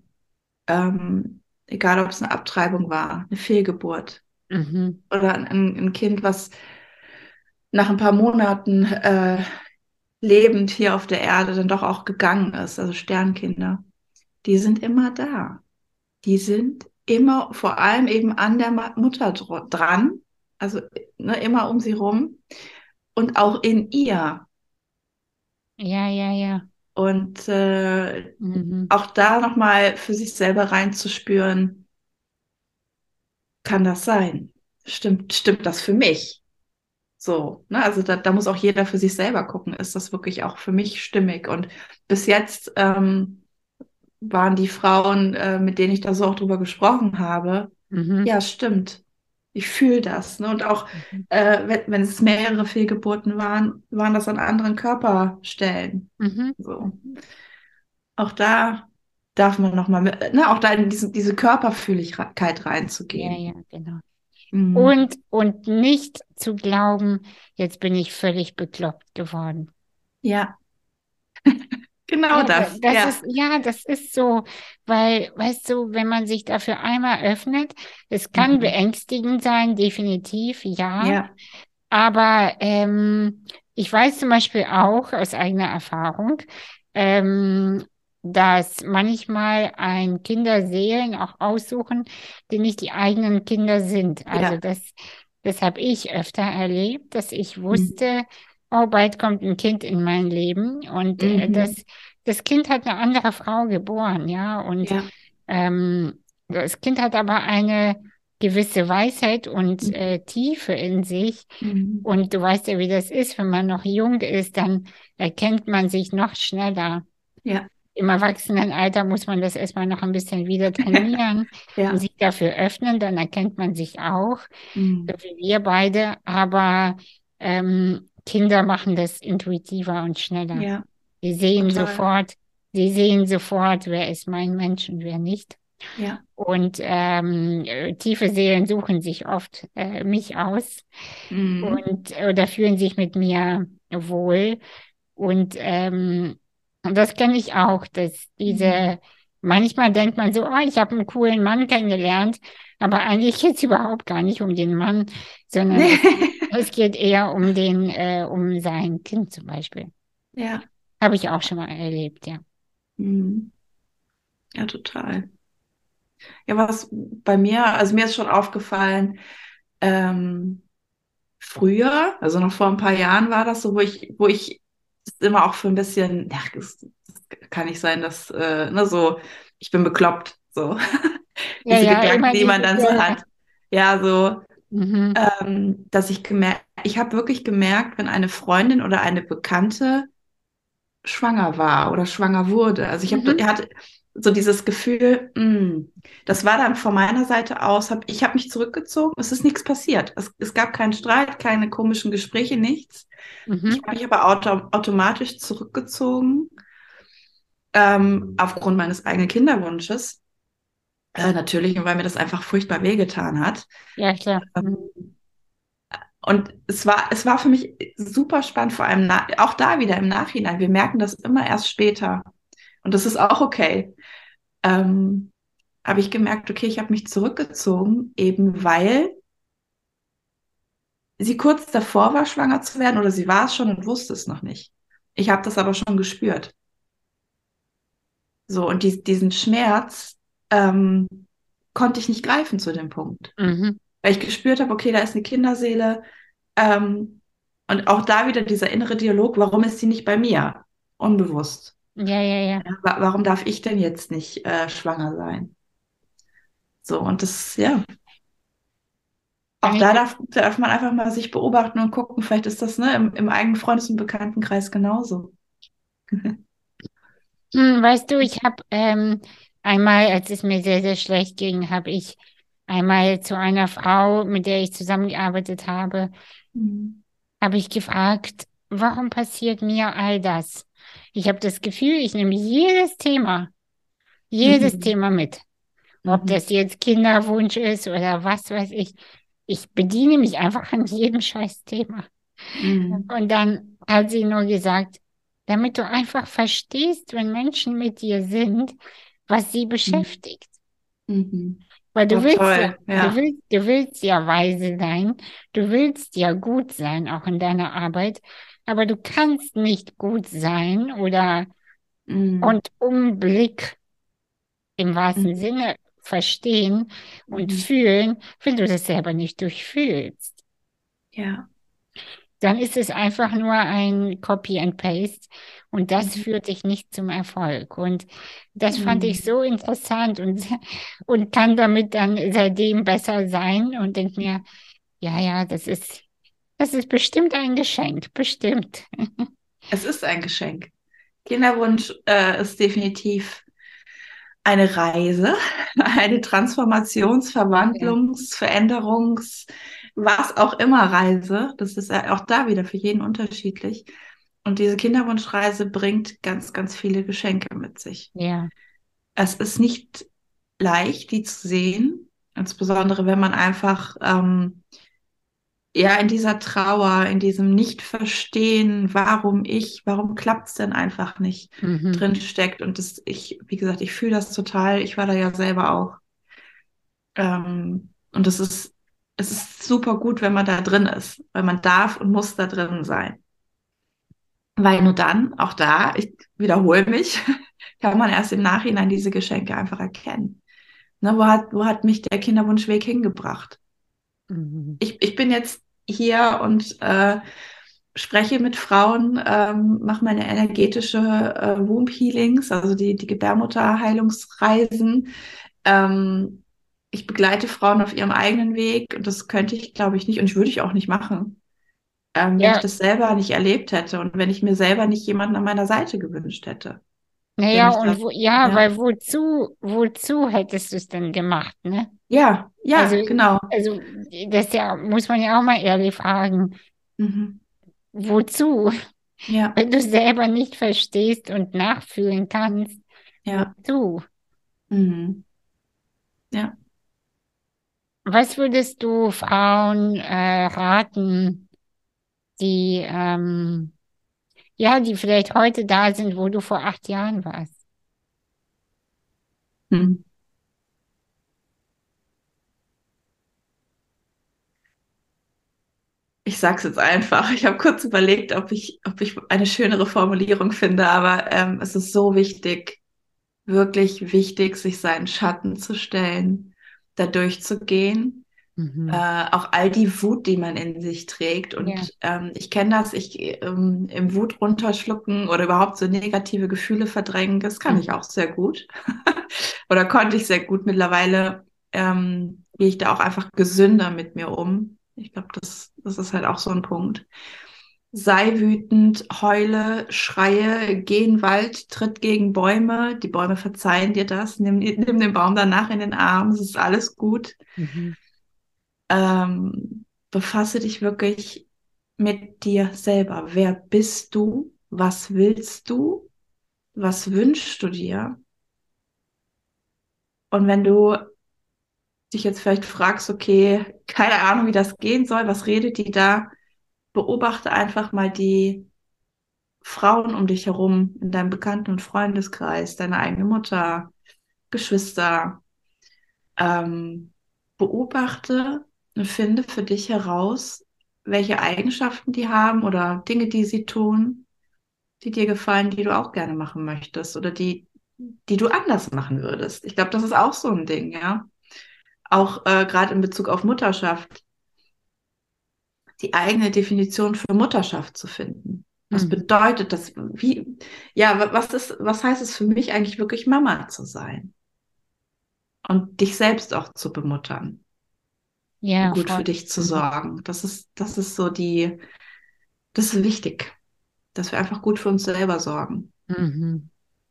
egal ob es eine Abtreibung war, eine Fehlgeburt Mhm. oder ein Kind, was nach ein paar Monaten lebend hier auf der Erde dann doch auch gegangen ist, also Sternkinder, die sind immer da. Die sind immer vor allem eben an der Mutter dran, also ne, immer um sie rum und auch in ihr. Ja, ja, ja. Und Mhm. auch da nochmal für sich selber reinzuspüren, kann das sein? Stimmt das für mich? So, ne? Also da muss auch jeder für sich selber gucken, ist das wirklich auch für mich stimmig? Und bis jetzt waren die Frauen, mit denen ich da so auch drüber gesprochen habe, Mhm. ja, stimmt. Ich fühle das. Ne? Und auch Mhm. wenn es mehrere Fehlgeburten waren, waren das an anderen Körperstellen. Mhm. So. Mhm. Auch da darf man nochmal, ne, auch da in diese Körperfühligkeit Ja, reinzugehen. ja, genau. Mhm. Und nicht zu glauben, jetzt bin ich völlig bekloppt geworden. Ja, genau Ja, das. das Ja, ist, ja, das ist so, weil, weißt du, wenn man sich dafür einmal öffnet, es kann mhm. beängstigend sein, definitiv, ja, Ja, aber ich weiß zum Beispiel auch aus eigener Erfahrung, ähm, dass manchmal ein Kinderseelen auch aussuchen, die nicht die eigenen Kinder sind. Also ja. das habe ich öfter erlebt, dass ich Mhm. wusste, oh, bald kommt ein Kind in mein Leben und Mhm. das Kind hat eine andere Frau geboren, ja, und Ja. das Kind hat aber eine gewisse Weisheit und Mhm. Tiefe in sich. Mhm. Und du weißt ja, wie das ist, wenn man noch jung ist, dann erkennt man sich noch schneller. Ja. Im Erwachsenenalter muss man das erstmal noch ein bisschen wieder trainieren und Ja. sich dafür öffnen, dann erkennt man sich auch, so Mhm. wie wir beide. Aber Kinder machen das intuitiver und schneller. Ja, Sie sehen total. sofort, sie sehen sofort, wer ist mein Mensch und wer nicht. Ja. Und tiefe Seelen suchen sich oft mich aus Mhm. und oder fühlen sich mit mir wohl. Und das kenne ich auch, dass Mhm. manchmal denkt man so, oh, ich habe einen coolen Mann kennengelernt, aber eigentlich geht es überhaupt gar nicht um den Mann, sondern es geht eher um um sein Kind zum Beispiel. Ja. Habe ich auch schon mal erlebt, ja. Mhm. Ja, total. Ja, was bei mir, also mir ist schon aufgefallen, ähm, früher, also noch vor ein paar Jahren war das so, wo ich es immer auch für ein bisschen, ja, das kann nicht sein, dass, ne, so, ich bin bekloppt, so, Ja, diese ja, Gedanken, immer die man diese dann so Bilder. hat. Ja, so, Mhm. dass ich habe wirklich gemerkt, wenn eine Freundin oder eine Bekannte schwanger war oder schwanger wurde. Also er Mhm. hatte so dieses Gefühl, das war dann von meiner Seite aus, ich habe mich zurückgezogen, es ist nichts passiert. Es gab keinen Streit, keine komischen Gespräche, nichts. Ich Mhm. habe mich aber automatisch zurückgezogen, aufgrund meines eigenen Kinderwunsches. Natürlich, weil mir das einfach furchtbar wehgetan hat. Ja, klar. Mhm. Und es war für mich super spannend, vor allem auch da wieder im Nachhinein. Wir merken das immer erst später. Und das ist auch okay. Ähm, habe ich gemerkt, okay, ich habe mich zurückgezogen, eben weil sie kurz davor war, schwanger zu werden, oder sie war es schon und wusste es noch nicht. Ich habe das aber schon gespürt. So, und diesen Schmerz ähm, konnte ich nicht greifen zu dem Punkt. Mhm. Weil ich gespürt habe, okay, da ist eine Kinderseele. Ähm, und auch da wieder dieser innere Dialog, warum ist sie nicht bei mir? Unbewusst. Ja, ja, ja. Ja, warum darf ich denn jetzt nicht schwanger sein? So, und das, ja. auch Kann ich, da darf man einfach mal sich beobachten und gucken, vielleicht ist das, ne, im eigenen Freundes- und Bekanntenkreis genauso. weißt du, ich habe einmal, als es mir sehr, sehr schlecht ging, habe ich einmal zu einer Frau, mit der ich zusammengearbeitet Mhm. habe ich gefragt, warum passiert mir all das? Ich habe das Gefühl, ich nehme jedes Mhm. Thema mit. Ob Mhm. das jetzt Kinderwunsch ist oder was weiß ich. Ich bediene mich einfach an jedem Scheißthema. Mhm. Und dann hat sie nur gesagt, damit du einfach verstehst, wenn Menschen mit dir sind, was sie Mhm. beschäftigt. Mhm. Weil Oh, toll, ja. du willst ja weise sein, du willst ja gut sein, auch in deiner Arbeit, aber du kannst nicht gut sein oder Mhm. Rundumblick im wahrsten Mhm. Sinne verstehen und Mhm. fühlen, wenn du das selber nicht durchfühlst. Ja. Dann ist es einfach nur ein Copy and Paste und das Mhm. führt dich nicht zum Erfolg. Und das fand ich Mhm. so interessant und kann damit dann seitdem besser sein und denke mir, ja, ja, das ist bestimmt ein Geschenk, bestimmt. Es ist ein Geschenk. Kinderwunsch ist definitiv eine Reise, eine Transformations-, Ja, Verwandlungs-, Veränderungs-, was auch immer Reise. Das ist ja auch da wieder für jeden unterschiedlich. Und diese Kinderwunschreise bringt ganz, ganz viele Geschenke mit sich. ja, Es ist nicht leicht, die zu sehen, insbesondere wenn man einfach ja in dieser Trauer, in diesem Nicht-Verstehen, warum klappt es denn einfach nicht, mhm, drin steckt. Und wie gesagt, ich fühle das total. Ich war da ja selber auch. Und es ist super gut, wenn man da drin ist, weil man darf und muss da drin sein. Weil nur dann, auch da, ich wiederhole mich, kann man erst im Nachhinein diese Geschenke einfach erkennen. Ne, wo hat mich der Kinderwunschweg hingebracht? mhm, Ich bin jetzt hier und spreche mit Frauen, mache meine energetische Womb Healings, also die Gebärmutterheilungsreisen. Ähm, Ich begleite Frauen auf ihrem eigenen Weg und das könnte ich, glaube ich, nicht und würde ich auch nicht machen, wenn ich ja, das selber nicht erlebt hätte und wenn ich mir selber nicht jemanden an meiner Seite gewünscht hätte, der naja, mich da, ja, ja, weil wozu hättest du es denn gemacht, ne? ja, Also, ja, genau, also, das ja, muss man ja auch mal ehrlich fragen, mhm. wozu? Ja, Wenn du selber nicht verstehst und nachfühlen kannst, ja, wozu? mhm. Ja. Was würdest du Frauen raten, die, ja, die vielleicht heute da sind, wo du vor 8 Jahren warst? Mhm. Ich sag's jetzt einfach. Ich habe kurz überlegt, ob ich eine schönere Formulierung finde, aber es ist so wichtig, wirklich wichtig, sich seinen Schatten zu stellen, da durchzugehen. Mhm. Auch all die Wut, die man in sich trägt. Ja. Und ich kenne das, im Wut runterschlucken oder überhaupt so negative Gefühle verdrängen, das kann ich Mhm. auch sehr gut. Oder konnte ich sehr gut. Mittlerweile gehe ich da auch einfach gesünder mit mir um. Ich glaube, das ist halt auch so ein Punkt. Sei wütend, heule, schreie, geh in den Wald, tritt gegen Bäume. Die Bäume verzeihen dir das. Nimm den Baum danach in den Arm. Es ist alles gut. Mhm. Befasse dich wirklich mit dir selber. Wer bist du? Was willst du? Was wünschst du dir? Und wenn du dich jetzt vielleicht fragst, okay, keine Ahnung, wie das gehen soll, was redet die da? Beobachte einfach mal die Frauen um dich herum in deinem Bekannten- und Freundeskreis, deine eigene Mutter, Geschwister. Ähm, Beobachte und finde für dich heraus, welche Eigenschaften die haben oder Dinge, die sie tun, die dir gefallen, die du auch gerne machen möchtest oder die du anders machen würdest. Ich glaube, das ist auch so ein Ding, ja. Auch gerade in Bezug auf Mutterschaft, die eigene Definition für Mutterschaft zu finden. Was Mhm. bedeutet das? Was heißt es für mich eigentlich wirklich Mama zu sein und dich selbst auch zu bemuttern? Ja, gut für voll. dich zu Mhm. sorgen. Das ist so das ist wichtig, dass wir einfach gut für uns selber sorgen. Mhm.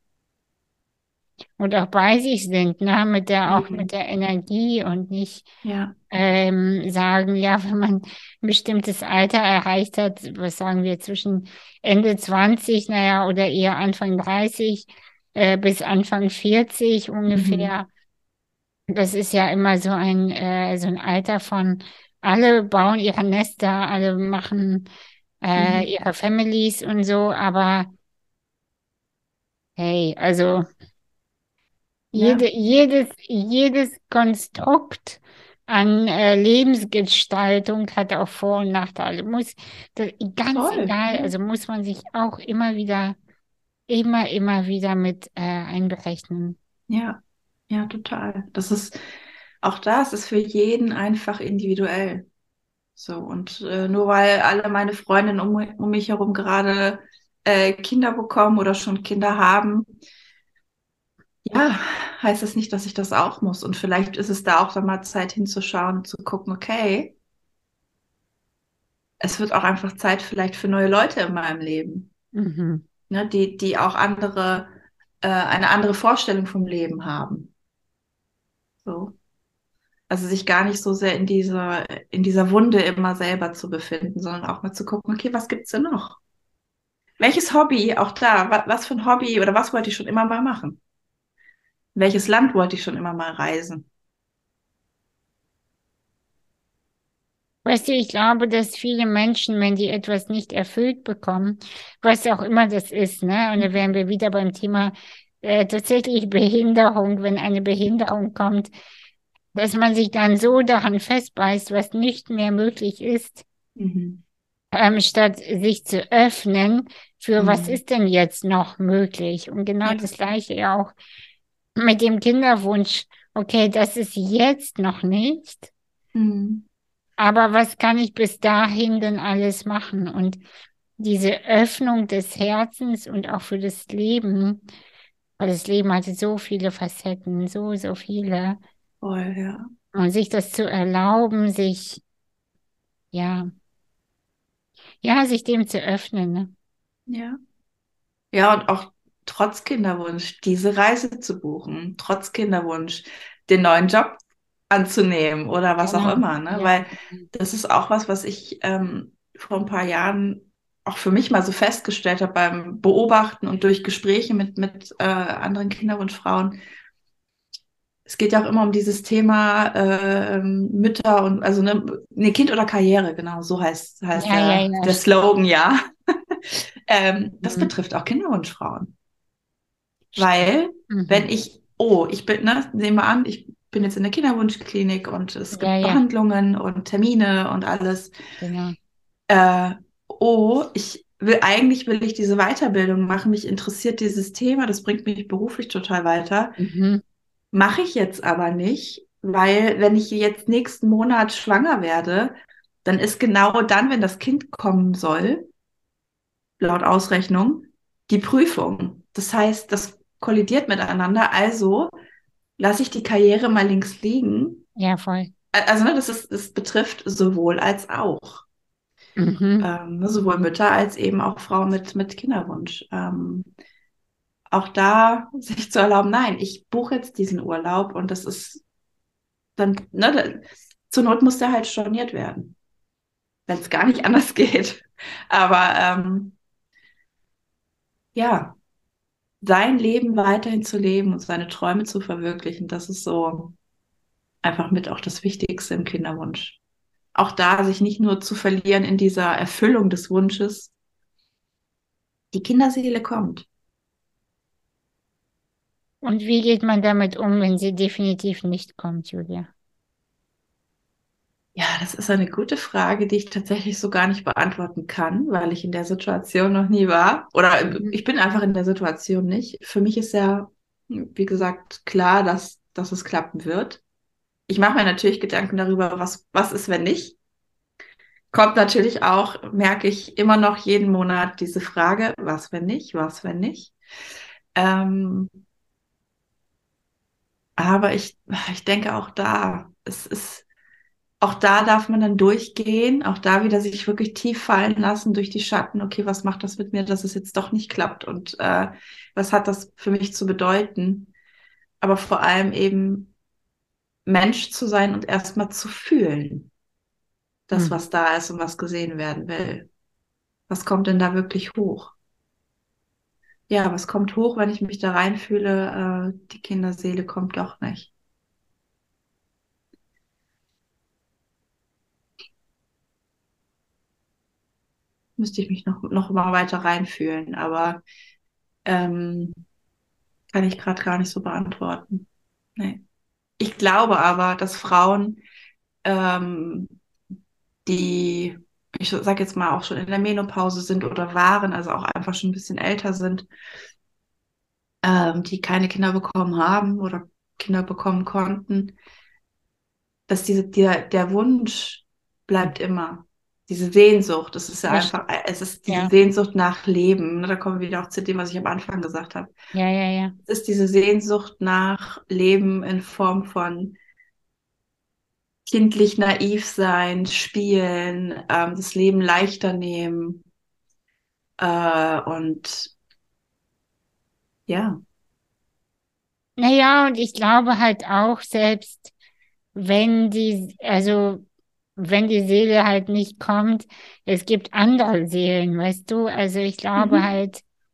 Und auch bei sich sind, ne, auch mit Mhm. der Energie und nicht Ja. sagen, ja, wenn man ein bestimmtes Alter erreicht hat, was sagen wir, zwischen Ende 20, naja, oder eher Anfang 30 bis Anfang 40 Mhm. ungefähr. Das ist ja immer so ein Alter von, alle bauen ihre Nester, alle machen Mhm. ihre Families und so, aber hey, also Ja, jedes Konstrukt an Lebensgestaltung hat auch Vor- und Nachteile. Ganz voll. egal, Ja. also muss man sich auch immer wieder mit einberechnen. Ja, ja, total. Auch das ist für jeden einfach individuell. So, und nur weil alle meine Freundinnen um mich herum gerade Kinder bekommen oder schon Kinder haben, ja, heißt das nicht, dass ich das auch muss. Und vielleicht ist es da auch dann mal Zeit hinzuschauen und zu gucken, okay, es wird auch einfach Zeit vielleicht für neue Leute in meinem Leben, Mhm. ne, die auch eine andere Vorstellung vom Leben haben. So. Also sich gar nicht so sehr in dieser Wunde immer selber zu befinden, sondern auch mal zu gucken, okay, was gibt's denn noch? Welches Hobby, auch da, was für ein Hobby oder was wollte ich schon immer mal machen? Welches Land wollte ich schon immer mal reisen? Weißt du, ich glaube, dass viele Menschen, wenn die etwas nicht erfüllt bekommen, was auch immer das ist, ne, und da wären wir wieder beim Thema tatsächlich Behinderung, wenn eine Behinderung kommt, dass man sich dann so daran festbeißt, was nicht mehr möglich ist, Mhm. statt sich zu öffnen für was Mhm. ist denn jetzt noch möglich. Und genau Ja. das Gleiche ja auch mit dem Kinderwunsch. Okay, das ist jetzt noch nicht, Mhm. aber was kann ich bis dahin denn alles machen? Und diese Öffnung des Herzens und auch für das Leben, weil das Leben hatte so viele Facetten, so viele. Voll, ja. Und sich das zu erlauben, ja, sich dem zu öffnen, ne? Ja. Ja, und auch trotz Kinderwunsch diese Reise zu buchen, trotz Kinderwunsch den neuen Job anzunehmen oder was auch Genau, immer, ne? ja. Weil das ist auch was ich vor ein paar Jahren auch für mich mal so festgestellt habe beim Beobachten und durch Gespräche mit anderen Kinderwunschfrauen. Es geht ja auch immer um dieses Thema Mütter und also ne, Kind oder Karriere, genau, so heißt Ja, der Slogan, ja. Das mhm. betrifft auch Kinderwunschfrauen. Stimmt. Weil, wenn Mhm. ich bin, ne, nehmen wir an, ich bin jetzt in der Kinderwunschklinik und es Ja, gibt ja, Behandlungen und Termine und alles. genau. Äh, eigentlich will ich diese Weiterbildung machen, mich interessiert dieses Thema, das bringt mich beruflich total weiter. Mhm. Mache ich jetzt aber nicht, weil wenn ich jetzt nächsten Monat schwanger werde, dann ist genau dann, wenn das Kind kommen soll, laut Ausrechnung, die Prüfung. Das heißt, das kollidiert miteinander. Also lasse ich die Karriere mal links liegen. Ja, voll. Also, ne, das betrifft sowohl als auch. Mhm. Ne, sowohl Mütter als eben auch Frauen mit Kinderwunsch. Auch da sich zu erlauben, nein, ich buche jetzt diesen Urlaub und das ist dann, ne, zur Not muss der halt storniert werden, wenn es gar nicht anders geht. Aber ja, sein Leben weiterhin zu leben und seine Träume zu verwirklichen, das ist so einfach mit auch das Wichtigste im Kinderwunsch. Auch da sich nicht nur zu verlieren in dieser Erfüllung des Wunsches. Die Kinderseele kommt. Und wie geht man damit um, wenn sie definitiv nicht kommt, Julia? Ja, das ist eine gute Frage, die ich tatsächlich so gar nicht beantworten kann, weil ich in der Situation noch nie war. Oder Mhm. ich bin einfach in der Situation nicht. Für mich ist ja, wie gesagt, klar, dass es klappen wird. Ich mache mir natürlich Gedanken darüber, was ist, wenn nicht. Kommt natürlich auch, merke ich immer noch jeden Monat diese Frage, was, wenn nicht, was, wenn nicht. Ähm, aber ich denke auch da, es ist auch da darf man dann durchgehen, auch da wieder sich wirklich tief fallen lassen durch die Schatten. Okay, was macht das mit mir, dass es jetzt doch nicht klappt und was hat das für mich zu bedeuten? Aber vor allem eben Mensch zu sein und erstmal zu fühlen, das, Mhm. was da ist und was gesehen werden will. Was kommt denn da wirklich hoch? Ja, was kommt hoch, wenn ich mich da reinfühle? Die Kinderseele kommt doch nicht. Müsste ich mich noch mal weiter reinfühlen, aber ähm, kann ich gerade gar nicht so beantworten. Nee. Ich glaube aber, dass Frauen, ähm, die, ich sag jetzt mal, auch schon in der Menopause sind oder waren, also auch einfach schon ein bisschen älter sind, die keine Kinder bekommen haben oder Kinder bekommen konnten, dass der Wunsch bleibt immer. Diese Sehnsucht, es ist ja Das einfach, stimmt. es ist diese Ja, Sehnsucht nach Leben. Ne? Da kommen wir wieder auch zu dem, was ich am Anfang gesagt habe. ja, ja, ja. Es ist diese Sehnsucht nach Leben in Form von kindlich naiv sein, spielen, das Leben leichter nehmen und ja. Naja, und ich glaube halt auch, selbst also wenn die Seele halt nicht kommt, es gibt andere Seelen, weißt du? Also Mhm.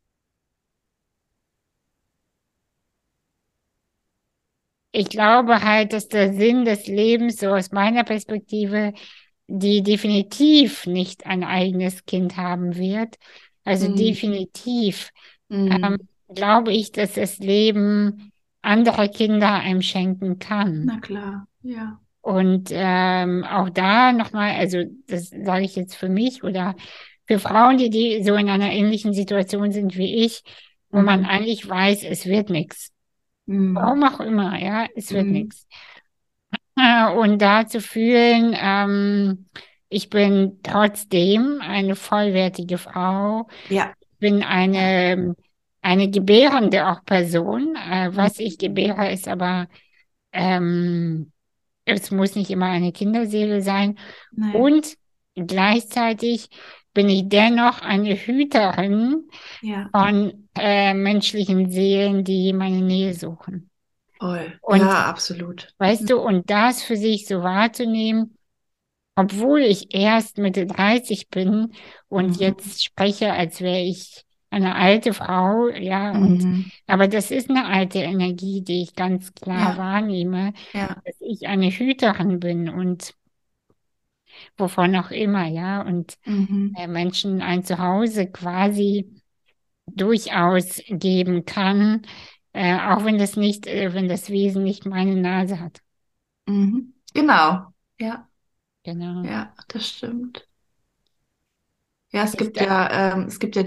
ich glaube halt, dass der Sinn des Lebens, so aus meiner Perspektive, die definitiv nicht ein eigenes Kind haben wird. Also Mhm. definitiv ähm, Mhm. glaube ich, dass das Leben andere Kinder einem schenken Na kann. klar, ja. Und auch da nochmal, also das sage ich jetzt für mich oder für Frauen, die so in einer ähnlichen Situation sind wie ich, wo man Mhm. eigentlich weiß, es wird nichts. Mhm. Warum auch immer, ja, es wird Mhm. nichts. Und da zu fühlen, ich bin trotzdem eine vollwertige Frau, Ja, bin ja. eine gebärende auch Person. Was ich Mhm. gebäre, ist aber, ähm, es muss nicht immer eine Kinderseele sein. Nee, Und gleichzeitig bin ich dennoch eine Hüterin ja, von menschlichen Seelen, die meine Nähe suchen. voll. Und Ja, absolut. weißt du, und das für sich so wahrzunehmen, obwohl ich erst Mitte 30 bin und Mhm. jetzt spreche, als wäre ich eine alte Frau, ja, Mhm. aber das ist eine alte Energie, die ich ganz klar Ja, wahrnehme, ja. dass ich eine Hüterin bin und wovon auch immer, ja, und Mhm. Menschen ein Zuhause quasi durchaus geben kann, auch wenn das nicht, wenn das Wesen nicht meine Nase hat. Mhm. Genau. Ja, Genau. ja, das stimmt. Ja, Ist, da- es gibt ja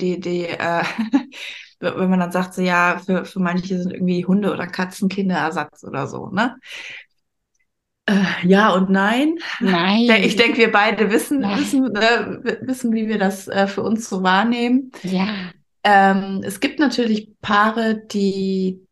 wenn man dann sagt, so ja, für manche sind irgendwie Hunde oder Katzen Kinderersatz oder so, ne? Ja und nein. Ich nein, denke, wir beide nein, wissen, wie wir das für uns so wahrnehmen. ja, Es gibt natürlich Paare, die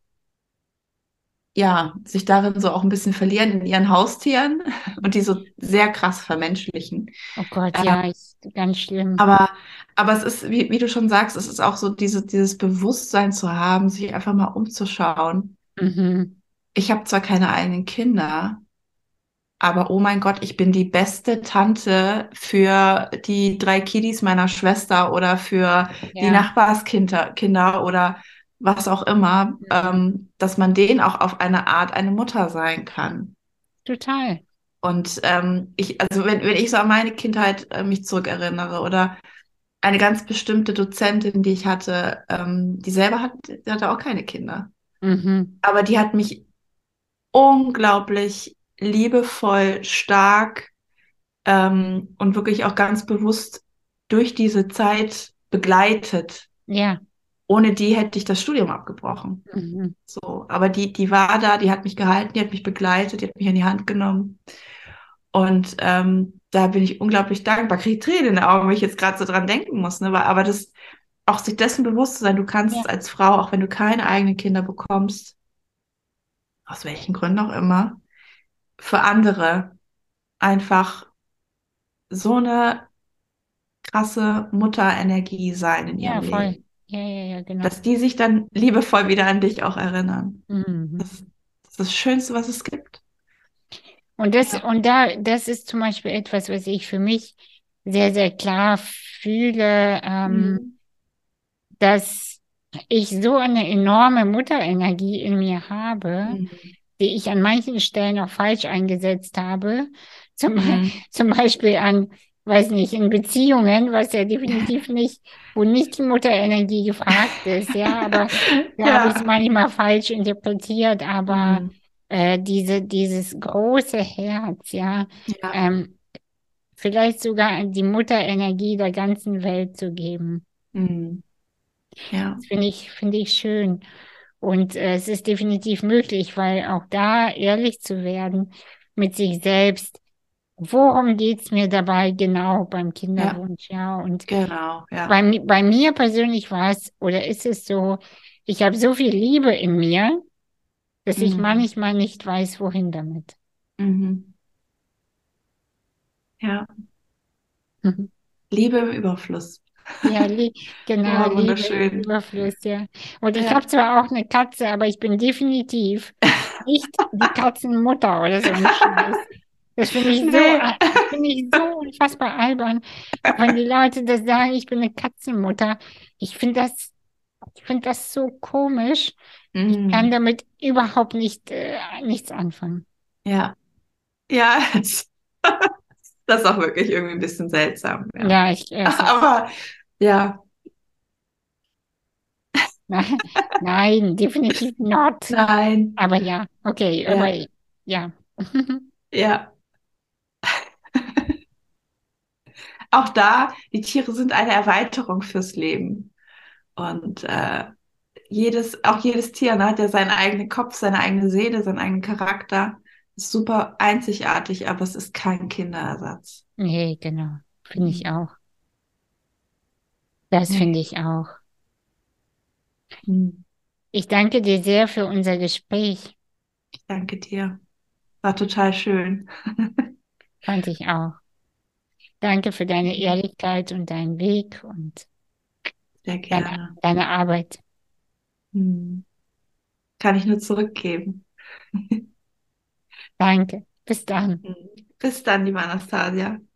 ja sich darin so auch ein bisschen verlieren in ihren Haustieren und die so sehr krass vermenschlichen. oh Gott, ja, ist ganz schlimm. Aber, aber es ist, wie du schon sagst, es ist auch so dieses Bewusstsein zu haben, sich einfach mal umzuschauen. Mhm. Ich habe zwar keine eigenen Kinder, aber oh mein Gott, ich bin die beste Tante für die 3 Kiddies meiner Schwester oder für die Ja, Kinder oder was auch immer, mhm. dass man denen auch auf eine Art eine Mutter sein kann. Total. Und also wenn ich so an meine Kindheit mich zurückerinnere oder eine ganz bestimmte Dozentin, die ich hatte, die hatte auch keine Kinder. Mhm. Aber die hat mich unglaublich liebevoll, stark und wirklich auch ganz bewusst durch diese Zeit begleitet. Ja, Ohne die hätte ich das Studium abgebrochen. mhm. So, aber die war da, die hat mich gehalten, die hat mich begleitet, die hat mich an die Hand genommen. Und da bin ich unglaublich dankbar. Kriege Tränen in den Augen, wenn ich jetzt gerade so dran denken muss. Ne? Aber das, auch sich dessen bewusst zu sein, du Ja, kannst als Frau, auch wenn du keine eigenen Kinder bekommst, aus welchen Gründen auch immer, für andere einfach so eine krasse Mutterenergie sein in ihrem Ja, voll. Leben, Ja, ja, ja, genau. dass die sich dann liebevoll wieder an dich auch erinnern. Mhm. Das ist das Schönste, was es gibt. Ja. Das ist zum Beispiel etwas, was ich für mich sehr, sehr klar fühle, Mhm. dass ich so eine enorme Mutterenergie in mir habe, Mhm. die ich an manchen Stellen auch falsch eingesetzt habe. Zum, Mhm. zum Beispiel an, weiß nicht, in Beziehungen, was ja definitiv nicht, wo nicht die Mutterenergie gefragt ist, ja, aber da habe ich es Ja. manchmal falsch interpretiert, aber Mhm. dieses große Herz, ja, Ja. ähm, vielleicht sogar die Mutterenergie der ganzen Welt zu geben. Mhm. Ja. Das finde ich schön. Und es ist definitiv möglich, weil auch da ehrlich zu werden mit sich selbst, worum geht's mir dabei genau beim Ja. Kinderwunsch, ja? Und Genau. Ja. bei mir persönlich war es oder ist es so, ich habe so viel Liebe in mir, dass ich Mhm. manchmal nicht weiß, wohin damit. Mhm. Ja. Mhm. Liebe im Überfluss. Ja, genau, Oh, Liebe im wunderschön. Überfluss, ja. Und ich habe Ja. zwar auch eine Katze, aber ich bin definitiv nicht die Katzenmutter oder so ein Scheiß. Nee. Das finde ich so unfassbar albern. Auch wenn die Leute das sagen, ich bin eine Katzenmutter. Ich finde das so komisch. Ich kann Mhm. damit überhaupt nichts anfangen. Ja. Ja. Das ist auch wirklich irgendwie ein bisschen seltsam, ja. Ja, es ist, Aber ja, nein, definitiv not. nein, Aber ja, okay, aber ja, ja. ja. Auch da, die Tiere sind eine Erweiterung fürs Leben. Und auch jedes Tier, ne, hat ja seinen eigenen Kopf, seine eigene Seele, seinen eigenen Charakter. Ist super einzigartig, aber es ist kein Kinderersatz. Nee, genau. Finde ich Mhm. auch. Das Nee. finde ich auch. Mhm. Ich danke dir sehr für unser Gespräch. Ich danke dir. War total schön. Fand ich auch. Danke für deine Mhm. Ehrlichkeit und deinen Weg und Sehr gerne. deine Arbeit. Mhm. Kann ich nur zurückgeben. Danke. Bis dann. Mhm. Bis dann, liebe Anastasia.